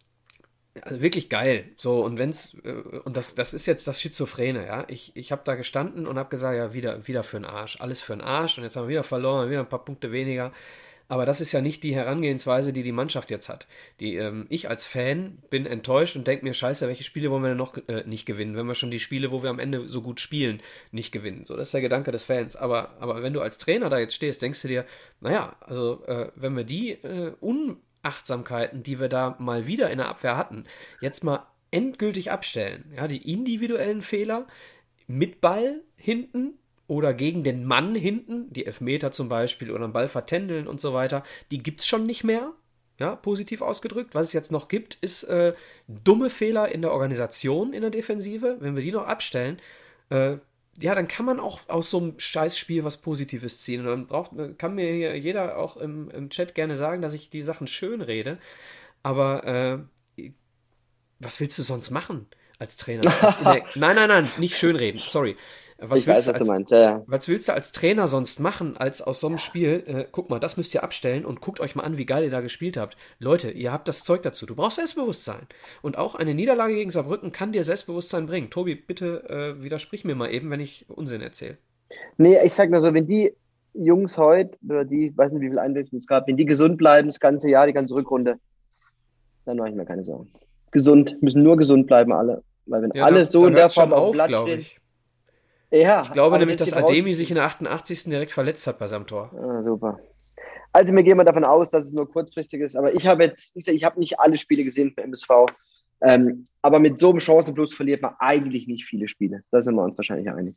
also wirklich geil. So, und wenn's, äh, und das, das ist jetzt das Schizophrene, ja. Ich, ich habe da gestanden und habe gesagt, ja, wieder, wieder für den Arsch. Alles für den Arsch. Und jetzt haben wir wieder verloren, wieder ein paar Punkte weniger. Aber das ist ja nicht die Herangehensweise, die die Mannschaft jetzt hat. Die, ähm, ich als Fan bin enttäuscht und denke mir, scheiße, welche Spiele wollen wir denn noch äh, nicht gewinnen, wenn wir schon die Spiele, wo wir am Ende so gut spielen, nicht gewinnen. So, das ist der Gedanke des Fans. Aber, aber wenn du als Trainer da jetzt stehst, denkst du dir, naja, also äh, wenn wir die äh, Unachtsamkeiten, die wir da mal wieder in der Abwehr hatten, jetzt mal endgültig abstellen, ja, die individuellen Fehler mit Ball hinten oder gegen den Mann hinten, die Elfmeter zum Beispiel oder einen Ball vertändeln und so weiter, die gibt es schon nicht mehr, ja, positiv ausgedrückt. Was es jetzt noch gibt, ist äh, dumme Fehler in der Organisation, in der Defensive. Wenn wir die noch abstellen, äh, ja, dann kann man auch aus so einem Scheißspiel was Positives ziehen. Und dann braucht, kann mir hier jeder auch im, im Chat gerne sagen, dass ich die Sachen schön rede. Aber äh, was willst du sonst machen als Trainer? Als der, nein, nein, nein, nicht schönreden, sorry. Was ich willst weiß, du was als, du meinst. Ja, ja. was willst du als Trainer sonst machen, als aus so einem Spiel, äh, guck mal, das müsst ihr abstellen und guckt euch mal an, wie geil ihr da gespielt habt. Leute, ihr habt das Zeug dazu. Du brauchst Selbstbewusstsein. Und auch eine Niederlage gegen Saarbrücken kann dir Selbstbewusstsein bringen. Tobi, bitte äh, widersprich mir mal eben, wenn ich Unsinn erzähle. Nee, ich sag nur so, wenn die Jungs heute, oder die, ich weiß nicht, wie viel Einwechslung es gab, wenn die gesund bleiben das ganze Jahr, die ganze Rückrunde, dann mache ich mir keine Sorgen. Gesund, müssen nur gesund bleiben alle. Weil wenn Ja, alle da, so da in der hört's schon Form auf dem auf, Blatt glaube stehen. ich. Ja, Ich glaube aber nämlich, wenn dass sie raus- Ademi sich in der achtundachtzigsten direkt verletzt hat bei seinem Tor. Ah, super. Also wir gehen mal davon aus, dass es nur kurzfristig ist. Aber ich habe jetzt, ich, ich habe nicht alle Spiele gesehen für M S V. Ähm, aber mit so einem Chancenplus verliert man eigentlich nicht viele Spiele. Da sind wir uns wahrscheinlich einig.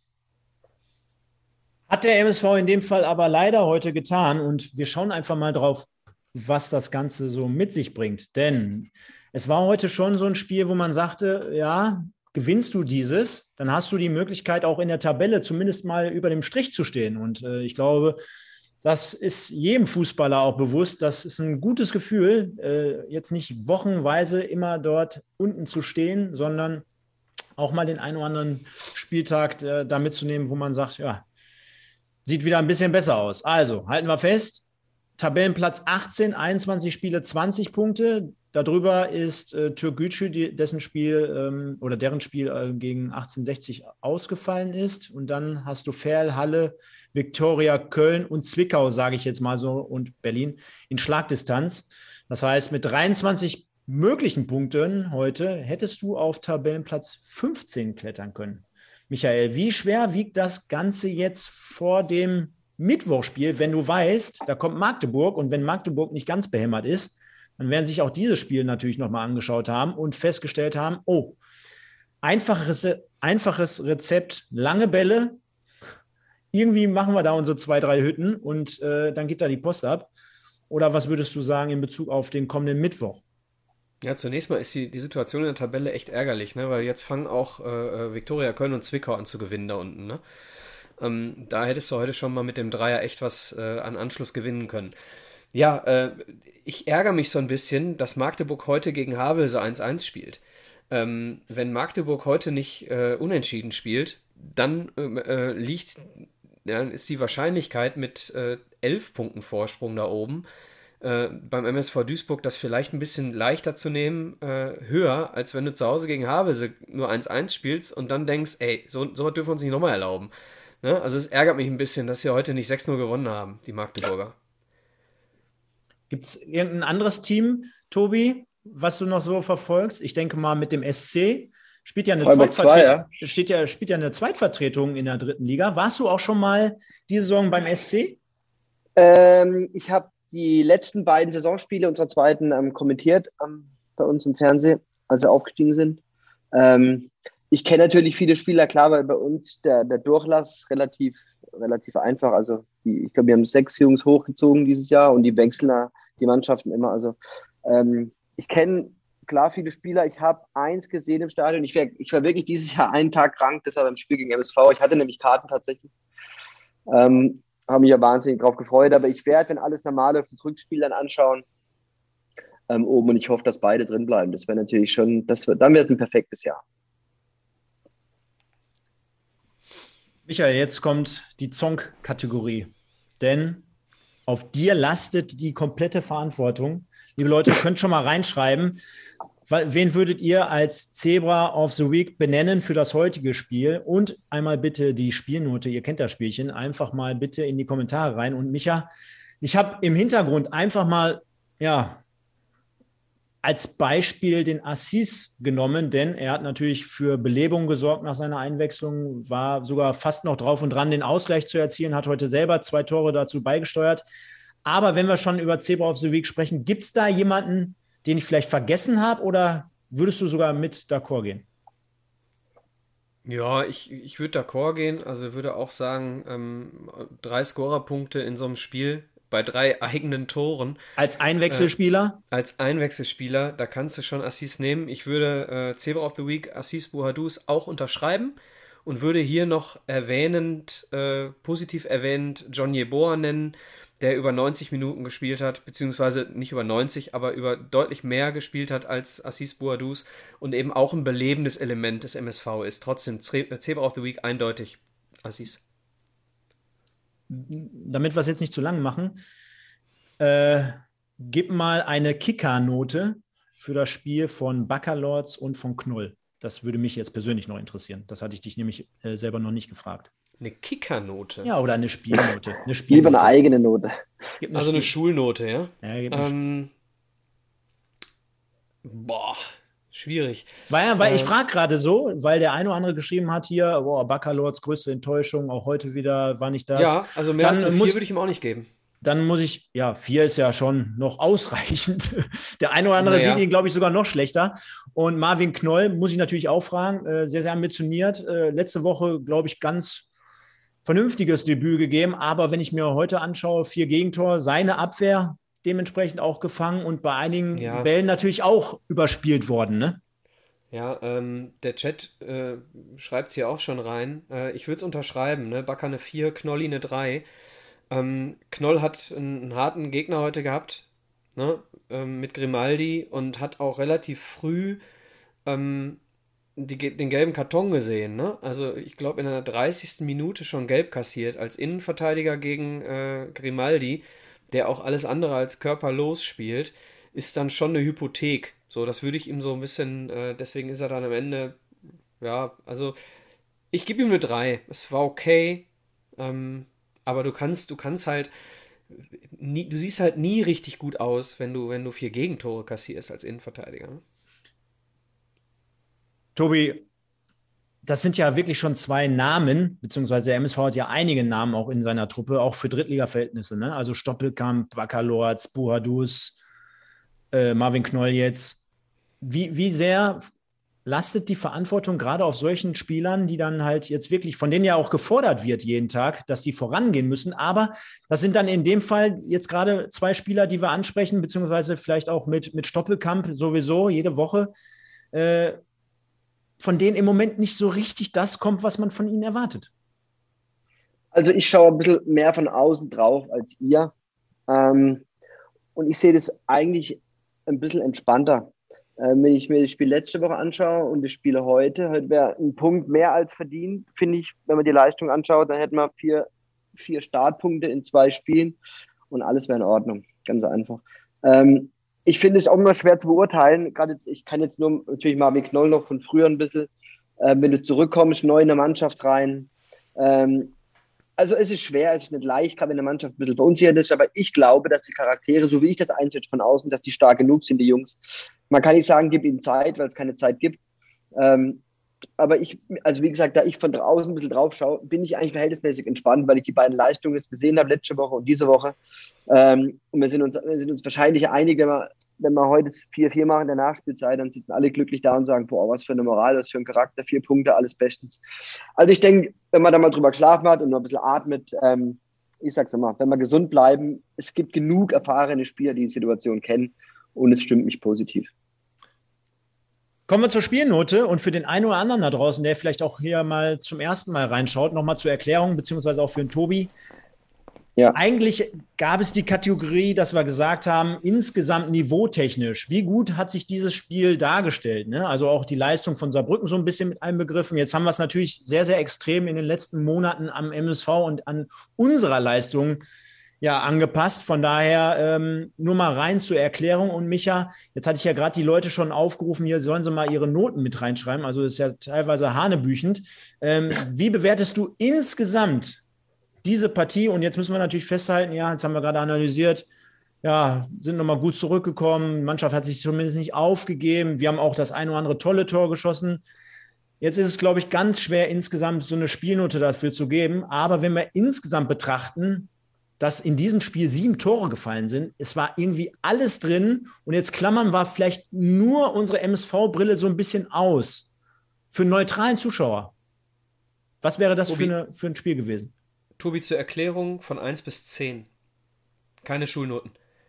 Hat der M S V in dem Fall aber leider heute getan. Und wir schauen einfach mal drauf, was das Ganze so mit sich bringt. Denn es war heute schon so ein Spiel, wo man sagte, ja, gewinnst du dieses, dann hast du die Möglichkeit, auch in der Tabelle zumindest mal über dem Strich zu stehen. Und äh, ich glaube, das ist jedem Fußballer auch bewusst. Das ist ein gutes Gefühl, äh, jetzt nicht wochenweise immer dort unten zu stehen, sondern auch mal den einen oder anderen Spieltag äh, da mitzunehmen, wo man sagt, ja, sieht wieder ein bisschen besser aus. Also, halten wir fest, Tabellenplatz achtzehn, einundzwanzig Spiele, zwanzig Punkte. Darüber ist äh, Türkgücü, die, dessen Spiel ähm, oder deren Spiel äh, gegen achtzehnhundertsechzig ausgefallen ist. Und dann hast du Verl, Halle, Viktoria, Köln und Zwickau, sage ich jetzt mal so, und Berlin in Schlagdistanz. Das heißt, mit dreiundzwanzig möglichen Punkten heute hättest du auf Tabellenplatz fünfzehn klettern können. Michael, wie schwer wiegt das Ganze jetzt vor dem Mittwochspiel, wenn du weißt, da kommt Magdeburg, und wenn Magdeburg nicht ganz behämmert ist, dann werden sich auch dieses Spiel natürlich nochmal angeschaut haben und festgestellt haben, oh, einfaches, einfaches Rezept, lange Bälle, irgendwie machen wir da unsere zwei, drei Hütten und äh, dann geht da die Post ab. Oder was würdest du sagen in Bezug auf den kommenden Mittwoch? Ja, zunächst mal ist die, die Situation in der Tabelle echt ärgerlich, ne? Weil jetzt fangen auch äh, Viktoria Köln und Zwickau an zu gewinnen da unten. Ne? Ähm, da hättest du heute schon mal mit dem Dreier echt was äh, an Anschluss gewinnen können. Ja, äh, ich ärgere mich so ein bisschen, dass Magdeburg heute gegen Havelse eins eins spielt. Ähm, wenn Magdeburg heute nicht äh, unentschieden spielt, dann äh, liegt, ja, ist die Wahrscheinlichkeit mit äh, elf Punkten Vorsprung da oben äh, beim M S V Duisburg das vielleicht ein bisschen leichter zu nehmen, äh, höher, als wenn du zu Hause gegen Havelse nur eins eins spielst und dann denkst, ey, so, so was dürfen wir uns nicht nochmal erlauben. Ne? Also es ärgert mich ein bisschen, dass sie heute nicht sechs null gewonnen haben, die Magdeburger. Gibt es irgendein anderes Team, Tobi, was du noch so verfolgst? Ich denke mal mit dem S C. Spielt ja eine Freiburg zwei, Zweitvertretung. ja. Steht ja, spielt ja eine Zweitvertretung in der dritten Liga. Warst du auch schon mal diese Saison beim S C? Ähm, ich habe die letzten beiden Saisonspiele unserer zweiten ähm, kommentiert ähm, bei uns im Fernsehen, als sie aufgestiegen sind. Ähm, ich kenne natürlich viele Spieler, klar, weil bei uns der, der Durchlass relativ, relativ einfach. Also die, ich glaube, wir haben sechs Jungs hochgezogen dieses Jahr und die wechseln da die Mannschaften immer. Also ähm, ich kenne klar viele Spieler. Ich habe eins gesehen im Stadion. Ich, wär, ich war wirklich dieses Jahr einen Tag krank, das war beim Spiel gegen M S V. Ich hatte nämlich Karten tatsächlich. Ähm, habe mich ja wahnsinnig drauf gefreut. Aber ich werde, wenn alles normal läuft, das Rückspiel dann anschauen ähm, oben. Und ich hoffe, dass beide drin bleiben. Das wäre natürlich schon, das wär, dann wäre es ein perfektes Jahr. Michael, jetzt kommt die Zonk-Kategorie. Denn auf dir lastet die komplette Verantwortung. Liebe Leute, ihr könnt schon mal reinschreiben, wen würdet ihr als Zebra of the Week benennen für das heutige Spiel? Und einmal bitte die Spielnote, ihr kennt das Spielchen, einfach mal bitte in die Kommentare rein. Und Micha, ich habe im Hintergrund einfach mal, ja, als Beispiel den Assis genommen, denn er hat natürlich für Belebung gesorgt nach seiner Einwechslung, war sogar fast noch drauf und dran, den Ausgleich zu erzielen, hat heute selber zwei Tore dazu beigesteuert. Aber wenn wir schon über Zebra of the Week sprechen, gibt es da jemanden, den ich vielleicht vergessen habe, oder würdest du sogar mit d'accord gehen? Ja, ich, ich würde d'accord gehen. Also würde auch sagen, ähm, drei Scorerpunkte in so einem Spiel bei drei eigenen Toren. Als Einwechselspieler? Äh, als Einwechselspieler, da kannst du schon Assis nehmen. Ich würde äh, Zebra of the Week, Assis Bouhadouz auch unterschreiben und würde hier noch erwähnend, äh, positiv erwähnend John Yeboah nennen, der über neunzig Minuten gespielt hat, beziehungsweise nicht über neunzig, aber über deutlich mehr gespielt hat als Assis Bouhadouz und eben auch ein belebendes Element des M S V ist. Trotzdem, Zebra of the Week eindeutig Assis. Damit wir es jetzt nicht zu lang machen, äh, gib mal eine Kicker-Note für das Spiel von Baccalords und von Knoll. Das würde mich jetzt persönlich noch interessieren. Das hatte ich dich nämlich äh, selber noch nicht gefragt. Eine Kickernote? Ja, oder eine Spielnote. Eine Spielnote. Lieber eine eigene Note. Eine also Spiel- eine Schulnote, ja? Ja, gib eine ähm, boah, schwierig. Weil, weil äh, ich frage gerade so, weil der eine oder andere geschrieben hat hier, boah, Baccalords größte Enttäuschung, auch heute wieder war nicht das. Ja, also mehr dann als eine vier würde ich ihm auch nicht geben. Dann muss ich, ja, vier ist ja schon noch ausreichend. Der eine oder andere naja. sieht ihn, glaube ich, sogar noch schlechter. Und Marvin Knoll muss ich natürlich auch fragen, äh, sehr, sehr ambitioniert. Äh, letzte Woche, glaube ich, ganz vernünftiges Debüt gegeben. Aber wenn ich mir heute anschaue, vier Gegentor, seine Abwehr dementsprechend auch gefangen und bei einigen ja. Bällen natürlich auch überspielt worden, ne? Ja, ähm, der Chat äh, schreibt es hier auch schon rein. Äh, ich würde es unterschreiben, ne? Bakker eine vier, Knolli eine drei. Ähm, Knoll hat einen, einen harten Gegner heute gehabt, ne? ähm, mit Grimaldi und hat auch relativ früh ähm, die, den gelben Karton gesehen. Ne? Also ich glaube in einer dreißigsten Minute schon gelb kassiert als Innenverteidiger gegen äh, Grimaldi, der auch alles andere als körperlos spielt, ist dann schon eine Hypothek. So, das würde ich ihm so ein bisschen, äh, deswegen ist er dann am Ende, ja, also ich gebe ihm eine drei. Es war okay, ähm, aber du kannst, du kannst halt, nie, du siehst halt nie richtig gut aus, wenn du, wenn du vier Gegentore kassierst als Innenverteidiger. Ne? Tobi, das sind ja wirklich schon zwei Namen, beziehungsweise der M S V hat ja einige Namen auch in seiner Truppe, auch für Drittliga-Verhältnisse, ne? Also Stoppelkamp, Baccalords, Bouhadouz, äh, Marvin Knoll jetzt. Wie, wie sehr lastet die Verantwortung gerade auf solchen Spielern, die dann halt jetzt wirklich, von denen ja auch gefordert wird jeden Tag, dass die vorangehen müssen, aber das sind dann in dem Fall jetzt gerade zwei Spieler, die wir ansprechen, beziehungsweise vielleicht auch mit, mit Stoppelkamp sowieso jede Woche, äh, von denen im Moment nicht so richtig das kommt, was man von ihnen erwartet. Also ich schaue ein bisschen mehr von außen drauf als ihr ähm, und ich sehe das eigentlich ein bisschen entspannter. Wenn ich mir das Spiel letzte Woche anschaue und das Spiel heute, heute wäre ein Punkt mehr als verdient, finde ich, wenn man die Leistung anschaut, dann hätten wir vier, vier Startpunkte in zwei Spielen und alles wäre in Ordnung, ganz einfach. Ähm, ich finde es auch immer schwer zu beurteilen, gerade jetzt, ich kann jetzt nur natürlich Marvin Knoll noch von früher ein bisschen, äh, wenn du zurückkommst, neu in der Mannschaft rein, ähm, also es ist schwer, es ist nicht leicht, gerade wenn eine Mannschaft ein bisschen verunsichert ist, aber ich glaube, dass die Charaktere, so wie ich das einschätze von außen, dass die stark genug sind, die Jungs. Man kann nicht sagen, gib ihnen Zeit, weil es keine Zeit gibt. Ähm, aber ich, also wie gesagt, da ich von draußen ein bisschen drauf schaue, bin ich eigentlich verhältnismäßig entspannt, weil ich die beiden Leistungen jetzt gesehen habe, letzte Woche und diese Woche. Ähm, und wir sind uns, wir sind uns wahrscheinlich einig, wenn wir, wenn wir heute vier vier machen in der Nachspielzeit, dann sitzen alle glücklich da und sagen, boah, was für eine Moral, was für ein Charakter, vier Punkte, alles bestens. Also ich denke, wenn man da mal drüber geschlafen hat und noch ein bisschen atmet, ähm, ich sag's immer, wenn wir gesund bleiben, es gibt genug erfahrene Spieler, die die Situation kennen und es stimmt mich positiv. Kommen wir zur Spielnote und für den einen oder anderen da draußen, der vielleicht auch hier mal zum ersten Mal reinschaut, nochmal zur Erklärung, beziehungsweise auch für den Tobi. Ja. Eigentlich gab es die Kategorie, dass wir gesagt haben, insgesamt niveautechnisch, wie gut hat sich dieses Spiel dargestellt? Ne? Also auch die Leistung von Saarbrücken so ein bisschen mit einbegriffen. Jetzt haben wir es natürlich sehr, sehr extrem in den letzten Monaten am M S V und an unserer Leistung ja angepasst. Von daher ähm, nur mal rein zur Erklärung. Und Micha, jetzt hatte ich ja gerade die Leute schon aufgerufen, hier sollen sie mal ihre Noten mit reinschreiben. Also das ist ja teilweise hanebüchend. Ähm, wie bewertest du insgesamt diese Partie? Und jetzt müssen wir natürlich festhalten, ja, jetzt haben wir gerade analysiert, ja, sind nochmal gut zurückgekommen, die Mannschaft hat sich zumindest nicht aufgegeben, wir haben auch das ein oder andere tolle Tor geschossen. Jetzt ist es, glaube ich, ganz schwer, insgesamt so eine Spielnote dafür zu geben, aber wenn wir insgesamt betrachten, dass in diesem Spiel sieben Tore gefallen sind, es war irgendwie alles drin und jetzt klammern wir vielleicht nur unsere M S V-Brille so ein bisschen aus. Für einen neutralen Zuschauer, was wäre das für, eine, für ein Spiel gewesen? Tobi, zur Erklärung von eins bis zehn. Keine Schulnoten.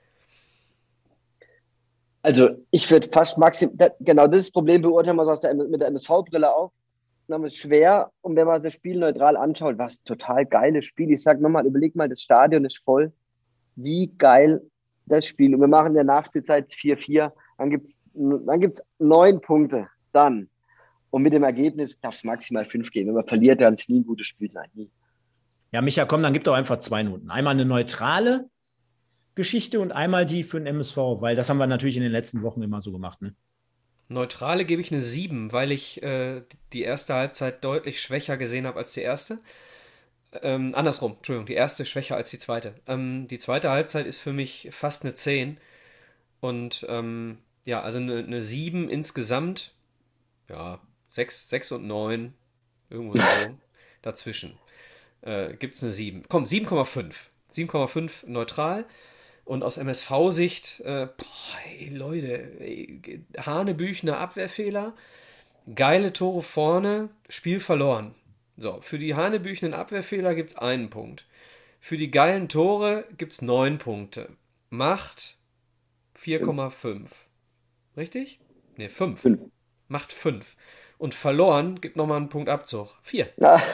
Also ich würde fast maximal, genau das Problem beurteilen wir so aus der, mit der M S V-Brille auf. Das ist schwer, und wenn man das Spiel neutral anschaut, was ein total geiles Spiel. Ich sage nochmal, überleg mal, das Stadion ist voll. Wie geil das Spiel. Und wir machen in der Nachspielzeit vier vier. Dann gibt es dann gibt's neun Punkte. Dann. Und mit dem Ergebnis darf es maximal fünf geben. Wenn man verliert, dann ist nie ein gutes Spiel sein. Nie. Ja, Micha, komm, dann gib doch einfach zwei Noten. Einmal eine neutrale Geschichte und einmal die für den M S V, weil das haben wir natürlich in den letzten Wochen immer so gemacht. Ne? Neutrale gebe ich eine sieben, weil ich äh, die erste Halbzeit deutlich schwächer gesehen habe als die erste. Ähm, andersrum, Entschuldigung, die erste schwächer als die zweite. Ähm, die zweite Halbzeit ist für mich fast eine zehn. Und ähm, ja, also eine, eine sieben insgesamt. Ja, sechs, sechs und neun. Irgendwo so dazwischen. Äh, gibt es eine sieben. Komm, sieben Komma fünf. sieben Komma fünf neutral. Und aus M S V-Sicht, äh, boah, ey, Leute, ey, hanebüchener Abwehrfehler, geile Tore vorne, Spiel verloren. So, für die hanebüchenen Abwehrfehler gibt es einen Punkt. Für die geilen Tore gibt es neun Punkte. Macht vier Komma fünf. Richtig? Ne, fünf. Macht fünf. Und verloren gibt nochmal einen Punkt Abzug. vier.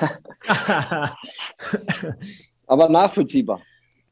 Aber nachvollziehbar.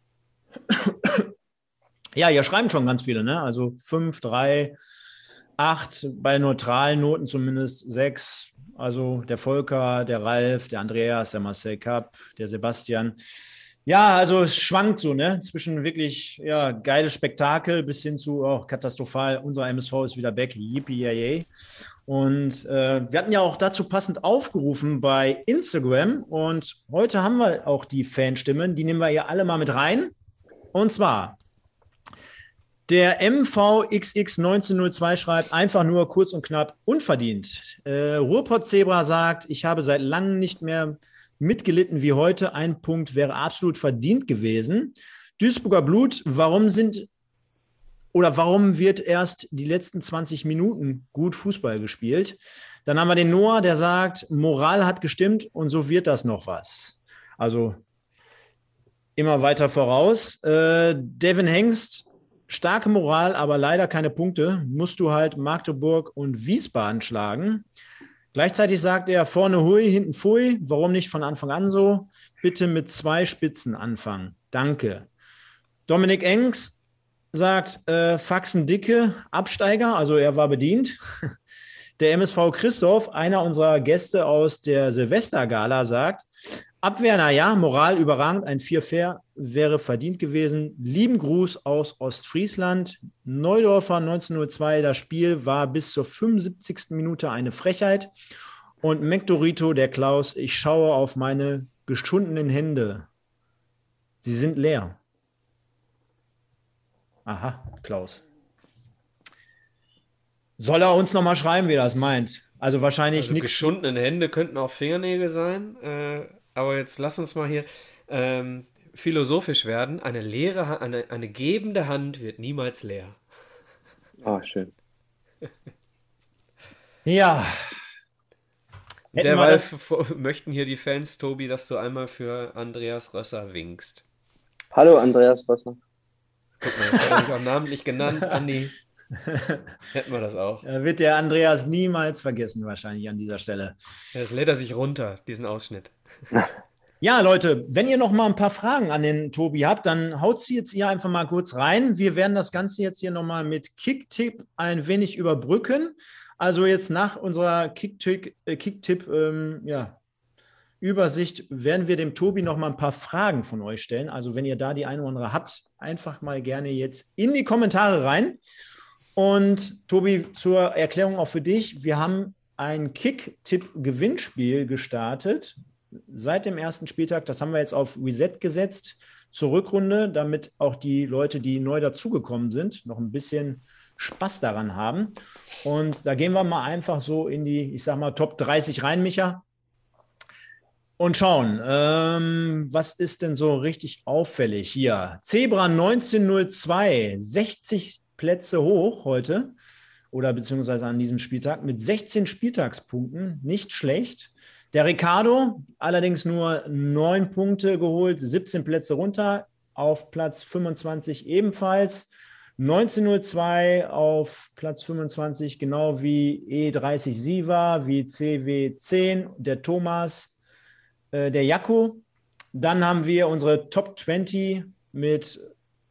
Ja, hier schreiben schon ganz viele, ne? Also fünf, drei, acht, bei neutralen Noten zumindest sechs. Also der Volker, der Ralf, der Andreas, der Marcel Kapp, der Sebastian. Ja, also es schwankt so, ne? Zwischen wirklich ja, geiles Spektakel bis hin zu auch oh, katastrophal. Unser M S V ist wieder back. Yippie, yay. Und äh, wir hatten ja auch dazu passend aufgerufen bei Instagram. Und heute haben wir auch die Fanstimmen. Die nehmen wir ja alle mal mit rein. Und zwar der M V X X neunzehnhundertzei schreibt einfach nur kurz und knapp unverdient. Äh, Ruhrpott-Zebra sagt, ich habe seit langem nicht mehr mitgelitten wie heute. Ein Punkt wäre absolut verdient gewesen. Duisburger Blut, warum sind oder warum wird erst die letzten zwanzig Minuten gut Fußball gespielt? Dann haben wir den Noah, der sagt, Moral hat gestimmt und so wird das noch was. Also immer weiter voraus. Äh, Devin Hengst, starke Moral, aber leider keine Punkte. Musst du halt Magdeburg und Wiesbaden schlagen. Gleichzeitig sagt er, vorne hui, hinten pfui. Warum nicht von Anfang an so? Bitte mit zwei Spitzen anfangen. Danke. Dominik Engs sagt, äh, Faxen dicke Absteiger. Also er war bedient. Der M S V Christoph, einer unserer Gäste aus der Silvestergala, sagt, Abwehr, naja, Moral überragend, ein vier vier wäre verdient gewesen. Lieben Gruß aus Ostfriesland. Neudorfer neunzehnhundertzei, das Spiel war bis zur fünfundsiebzigsten Minute eine Frechheit. Und Mektorito, der Klaus, ich schaue auf meine geschundenen Hände. Sie sind leer. Aha, Klaus. Soll er uns nochmal schreiben, wie er das meint? Also wahrscheinlich also nichts. Geschundenen Hände könnten auch Fingernägel sein. Äh, aber jetzt lass uns mal hier ähm, philosophisch werden. Eine leere, Ha- eine, eine gebende Hand wird niemals leer. Ah, schön. Ja. Hätten wir Derweil das- f- f- möchten hier die Fans, Tobi, dass du einmal für Andreas Rösser winkst. Hallo, Andreas Wasser. Guck mal, jetzt hat er mich auch namentlich genannt, Andi. Hätten wir das auch. Da wird der Andreas niemals vergessen, wahrscheinlich an dieser Stelle. Ja, das lädt er sich runter, diesen Ausschnitt. Ja, Leute, wenn ihr noch mal ein paar Fragen an den Tobi habt, dann haut sie jetzt hier einfach mal kurz rein. Wir werden das Ganze jetzt hier noch mal mit Kicktipp ein wenig überbrücken. Also jetzt nach unserer Kicktipp, äh, Kicktipp ähm, ja, Übersicht werden wir dem Tobi noch mal ein paar Fragen von euch stellen. Also wenn ihr da die eine oder andere habt, einfach mal gerne jetzt in die Kommentare rein. Und Tobi, zur Erklärung auch für dich, wir haben ein Kicktipp-Gewinnspiel gestartet seit dem ersten Spieltag. Das haben wir jetzt auf Reset gesetzt zur Rückrunde, damit auch die Leute, die neu dazugekommen sind, noch ein bisschen Spaß daran haben. Und da gehen wir mal einfach so in die, ich sag mal, Top dreißig rein, Micha. Und schauen, ähm, was ist denn so richtig auffällig hier? Zebra neunzehnhundertzwei, sechzig Plätze hoch heute oder beziehungsweise an diesem Spieltag mit sechzehn Spieltagspunkten, nicht schlecht. Der Ricardo allerdings nur neun Punkte geholt, siebzehn Plätze runter, auf Platz fünfundzwanzig ebenfalls. neunzehnhundertzwei auf Platz fünfundzwanzig, genau wie E dreißig Siva, wie C W zehn, der Thomas, äh, der Jakko. Dann haben wir unsere Top zwanzig mit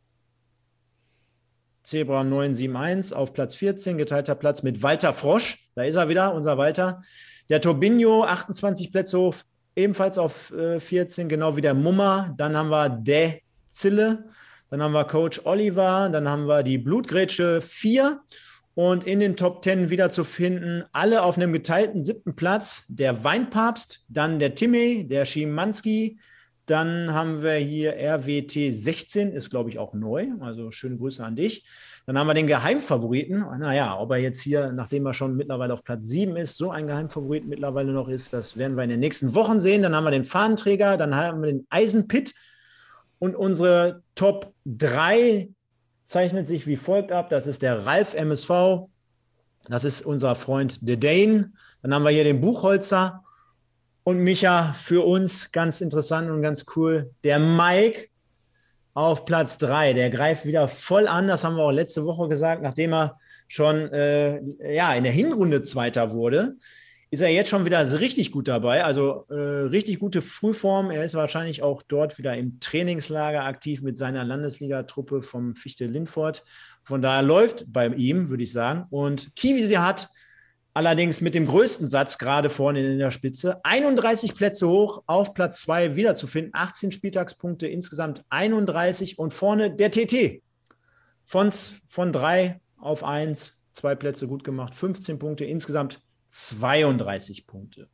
Zebra neun sieben eins auf Platz vierzehn, geteilter Platz mit Walter Frosch. Da ist er wieder, unser Walter. Der Tobinho, achtundzwanzig Plätze hoch, ebenfalls auf äh, vierzehn, genau wie der Mummer. Dann haben wir De Zille, dann haben wir Coach Oliver, dann haben wir die Blutgrätsche vier und in den Top zehn wieder zu finden, alle auf einem geteilten siebten Platz, der Weinpapst, dann der Timmy, der Schimanski, dann haben wir hier R W T sechzehn, ist glaube ich auch neu, also schöne Grüße an dich. Dann haben wir den Geheimfavoriten. Naja, ob er jetzt hier, nachdem er schon mittlerweile auf Platz sieben ist, so ein Geheimfavorit mittlerweile noch ist, das werden wir in den nächsten Wochen sehen. Dann haben wir den Fahnenträger, dann haben wir den Eisenpit und unsere Top drei zeichnet sich wie folgt ab. Das ist der Ralf M S V, das ist unser Freund The Dane. Dann haben wir hier den Buchholzer und Micha, für uns ganz interessant und ganz cool, der Mike auf Platz drei, der greift wieder voll an, das haben wir auch letzte Woche gesagt, nachdem er schon äh, ja, in der Hinrunde Zweiter wurde, ist er jetzt schon wieder richtig gut dabei, also äh, richtig gute Frühform. Er ist wahrscheinlich auch dort wieder im Trainingslager aktiv mit seiner Landesligatruppe vom Fichte Lindfort. Von daher läuft bei ihm, würde ich sagen. Und Kiwi hat allerdings mit dem größten Satz gerade vorne in der Spitze. einunddreißig Plätze hoch, auf Platz zwei wiederzufinden. achtzehn Spieltagspunkte, insgesamt einunddreißig. Und vorne der T T. Von, von drei auf eins, zwei Plätze gut gemacht, fünfzehn Punkte, insgesamt zweiunddreißig Punkte.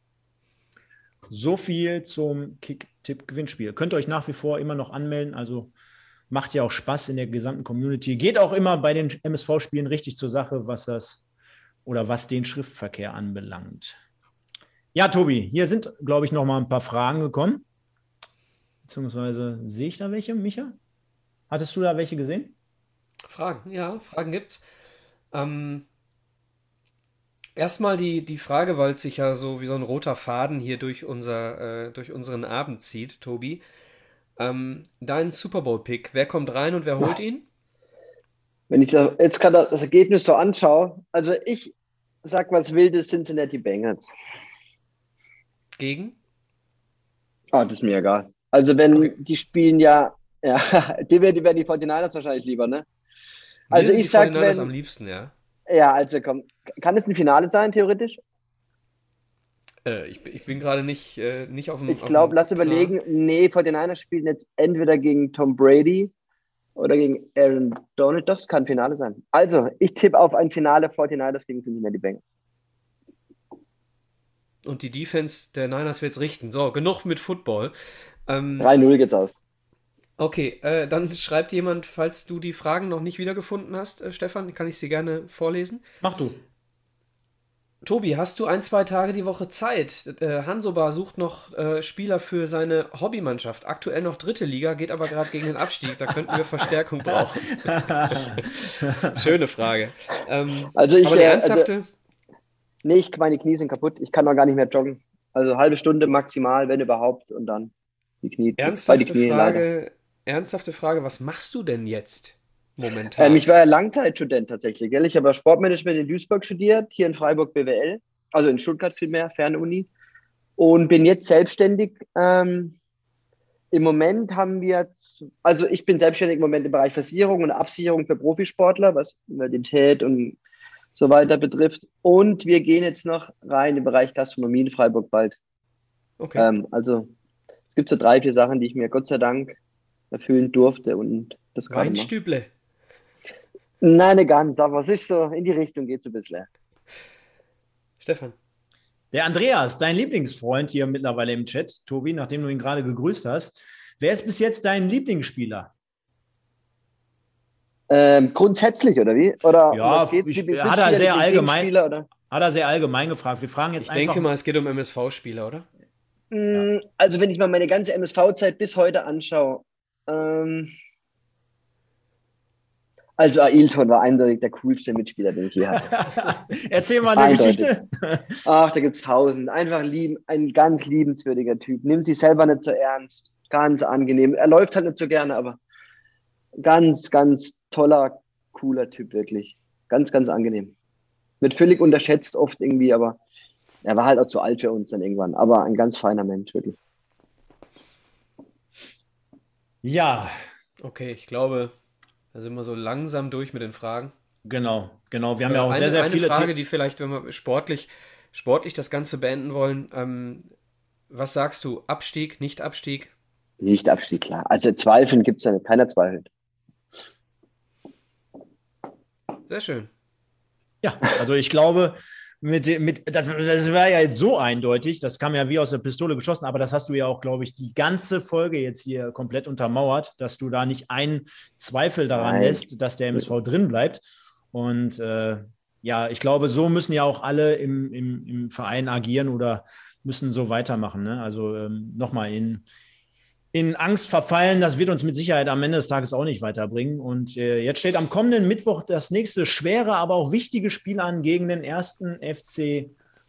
So viel zum Kick-Tipp-Gewinnspiel. Könnt ihr euch nach wie vor immer noch anmelden, also macht ja auch Spaß in der gesamten Community. Geht auch immer bei den M S V-Spielen richtig zur Sache, was das oder was den Schriftverkehr anbelangt. Ja, Tobi, hier sind, glaube ich, noch mal ein paar Fragen gekommen. Beziehungsweise sehe ich da welche, Micha? Hattest du da welche gesehen? Fragen, ja, Fragen gibt's. Ähm, erstmal die, die Frage, weil es sich ja so wie so ein roter Faden hier durch unser, äh, durch unseren Abend zieht, Tobi. Ähm, dein Super Bowl-Pick, wer kommt rein und wer holt ihn? Wenn ich das, jetzt gerade das Ergebnis so anschaue, also ich sag was Wildes, Cincinnati Bengals. Gegen? Ah, das ist mir egal. Also wenn Okay. die spielen ja, ja, die werden die, werden die forty-niners wahrscheinlich lieber, ne? Mir Also sind die ich sag, forty-niners wenn, am liebsten, ja. ja, also komm, kann es ein Finale sein, theoretisch? Äh, ich, bin- ich bin gerade nicht, äh, nicht auf dem, Ich auf glaube, dem lass Plan. überlegen, nee, forty-niners spielen jetzt entweder gegen Tom Brady oder gegen Aaron Donald. Doch, es kann ein Finale sein. Also, ich tippe auf ein Finale forty-niners gegen Cincinnati Bengals. Und die Defense der Niners wird's richten. So, genug mit Football. Ähm, drei null geht's aus. okay, äh, dann schreibt jemand, falls du die Fragen noch nicht wiedergefunden hast, äh, Stefan, kann ich sie gerne vorlesen. Mach du. Tobi, hast du ein, zwei Tage die Woche Zeit? Äh, Hansobar sucht noch äh, Spieler für seine Hobbymannschaft. Aktuell noch dritte Liga, geht aber gerade gegen den Abstieg. Da könnten wir Verstärkung brauchen. Schöne Frage. Ähm, Also ich, aber eine äh, ernsthafte, Nee, ich, meine Knie sind kaputt. Ich kann noch gar nicht mehr joggen. Also halbe Stunde maximal, wenn überhaupt. Und dann die Knie. ernsthafte beide Knie leider. Frage, ernsthafte Frage, was machst du denn jetzt? momentan? Ähm, ich war ja Langzeitstudent tatsächlich, gell? Ich habe ja Sportmanagement in Duisburg studiert, hier in Freiburg B W L, also in Stuttgart vielmehr, Fernuni. Und bin jetzt selbstständig. Ähm, Im Moment haben wir, z- also ich bin selbstständig im Moment im Bereich Versicherung und Absicherung für Profisportler, was Invalidität und so weiter betrifft. Und wir gehen jetzt noch rein im Bereich Gastronomie in Freiburg bald. Okay. Ähm, also es gibt so drei, vier Sachen, die ich mir Gott sei Dank erfüllen durfte und das gerade mache. Weinstüble. Nein, nicht ganz, aber es ist so, in die Richtung geht es ein bisschen. Stefan. Der Andreas, dein Lieblingsfreund hier mittlerweile im Chat, Tobi, nachdem du ihn gerade gegrüßt hast. Wer ist bis jetzt dein Lieblingsspieler? Ähm, grundsätzlich, oder wie? Oder um Ja, was geht's? ich, hat er Lieblingsmitspieler, sehr allgemein, Lieblingsgegenspieler, oder? hat er sehr allgemein gefragt. Wir fragen jetzt Ich einfach. denke mal, es geht um M S V-Spieler, oder? Ja. Mm, Also wenn ich mal meine ganze M S V-Zeit bis heute anschaue, ähm, also Ailton war eindeutig der coolste Mitspieler, den ich je hatte. Erzähl mal eine Eindeutig. Geschichte. Ach, da gibt's tausend. Einfach lieb, ein ganz liebenswürdiger Typ. Nimmt sich selber nicht so ernst. Ganz angenehm. Er läuft halt nicht so gerne, aber ganz, ganz toller, cooler Typ, wirklich. Ganz, ganz angenehm. Wird völlig unterschätzt oft irgendwie, aber er war halt auch zu alt für uns dann irgendwann. Aber ein ganz feiner Mensch, wirklich. Ja, Okay, ich glaube, da sind wir so langsam durch mit den Fragen. genau, genau. Wir haben ja auch Äh, sehr, eine, sehr eine viele Frage, Themen. die vielleicht, wenn wir sportlich, sportlich das Ganze beenden wollen, ähm, was sagst du? Abstieg, Nicht-Abstieg? Nicht Abstieg, klar. Also Zweifeln gibt's ja nicht. Keiner zweifelt. Sehr schön. Ja, also ich glaube, mit, dem- mit, das, das war ja jetzt so eindeutig, das kam ja wie aus der Pistole geschossen, aber das hast du ja auch, glaube ich, die ganze Folge jetzt hier komplett untermauert, dass du da nicht einen Zweifel daran Nein. lässt, dass der M S V drin bleibt. Und äh, ja, ich glaube, so müssen ja auch alle im, im, im Verein agieren oder müssen so weitermachen. Ne? Also ähm, nochmal in, in Angst verfallen, das wird uns mit Sicherheit am Ende des Tages auch nicht weiterbringen. Und äh, jetzt steht am kommenden Mittwoch das nächste schwere, aber auch wichtige Spiel an gegen den ersten F C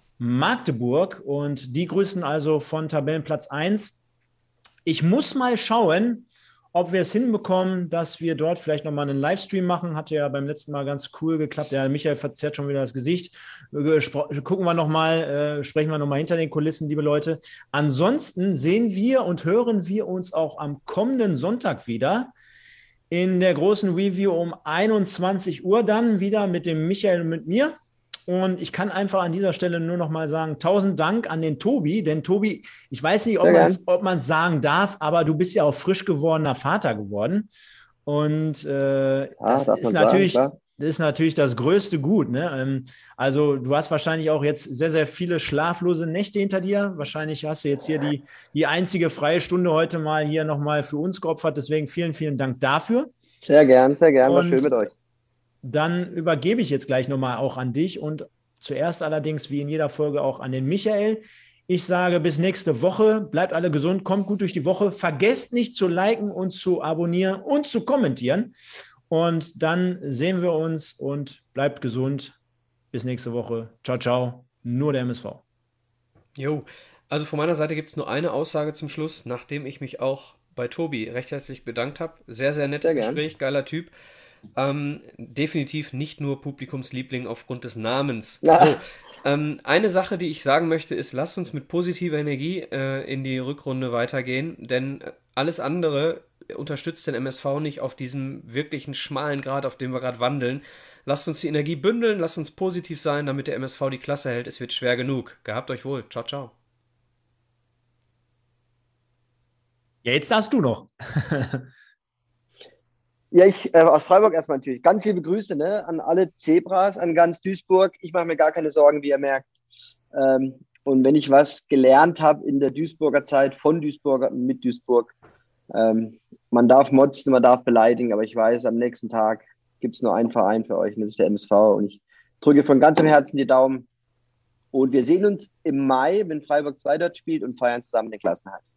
Magdeburg. Und die grüßen also von Tabellenplatz eins. Ich muss mal schauen, ob wir es hinbekommen, dass wir dort vielleicht nochmal einen Livestream machen. Hatte ja beim letzten Mal ganz cool geklappt. Der Michael verzerrt schon wieder das Gesicht. Gucken wir nochmal, äh, sprechen wir nochmal hinter den Kulissen, liebe Leute. Ansonsten sehen wir und hören wir uns auch am kommenden Sonntag wieder in der großen Review um einundzwanzig Uhr dann wieder mit dem Michael und mit mir. Und ich kann einfach an dieser Stelle nur noch mal sagen, tausend Dank an den Tobi, denn Tobi, ich weiß nicht, ob Sehr man gern. es ob man's sagen darf, aber du bist ja auch frisch gewordener Vater geworden. Und äh, das darf ist man sagen, natürlich, klar. das ist natürlich das größte Gut. Ne? Ähm, also du hast wahrscheinlich auch jetzt sehr, sehr viele schlaflose Nächte hinter dir. Wahrscheinlich hast du jetzt hier die, die einzige freie Stunde heute mal hier nochmal für uns geopfert. Deswegen vielen, vielen Dank dafür. Sehr gern, sehr gern. War Und schön mit euch. dann übergebe ich jetzt gleich nochmal auch an dich und zuerst allerdings, wie in jeder Folge, auch an den Michael. Ich sage bis nächste Woche. Bleibt alle gesund, kommt gut durch die Woche. Vergesst nicht zu liken und zu abonnieren und zu kommentieren. Und dann sehen wir uns und bleibt gesund. Bis nächste Woche. Ciao, ciao. Nur der M S V. Jo, also von meiner Seite gibt es nur eine Aussage zum Schluss, nachdem ich mich auch bei Tobi recht herzlich bedankt habe. Sehr, sehr nettes Sehr gern. Gespräch, geiler Typ. Ähm, definitiv nicht nur Publikumsliebling aufgrund des Namens. Ja. So, ähm, eine Sache, die ich sagen möchte, ist, lasst uns mit positiver Energie äh, in die Rückrunde weitergehen, denn äh, alles andere unterstützt den M S V nicht auf diesem wirklichen schmalen Grat, auf dem wir gerade wandeln. Lasst uns die Energie bündeln, lasst uns positiv sein, damit der M S V die Klasse hält. Es wird schwer genug. Gehabt euch wohl. Ciao, ciao. Ja, jetzt darfst du noch. Ja, ich äh, aus Freiburg erstmal natürlich. Ganz liebe Grüße, ne, an alle Zebras, an ganz Duisburg. Ich mache mir gar keine Sorgen, wie ihr merkt. Ähm, und wenn ich was gelernt habe in der Duisburger Zeit, von Duisburger und mit Duisburg, ähm, man darf motzen, man darf beleidigen, aber ich weiß, am nächsten Tag gibt es nur einen Verein für euch und das ist der M S V. Und ich drücke von ganzem Herzen die Daumen. Und wir sehen uns im Mai, wenn Freiburg zwei dort spielt und feiern zusammen den Klassenerhalt.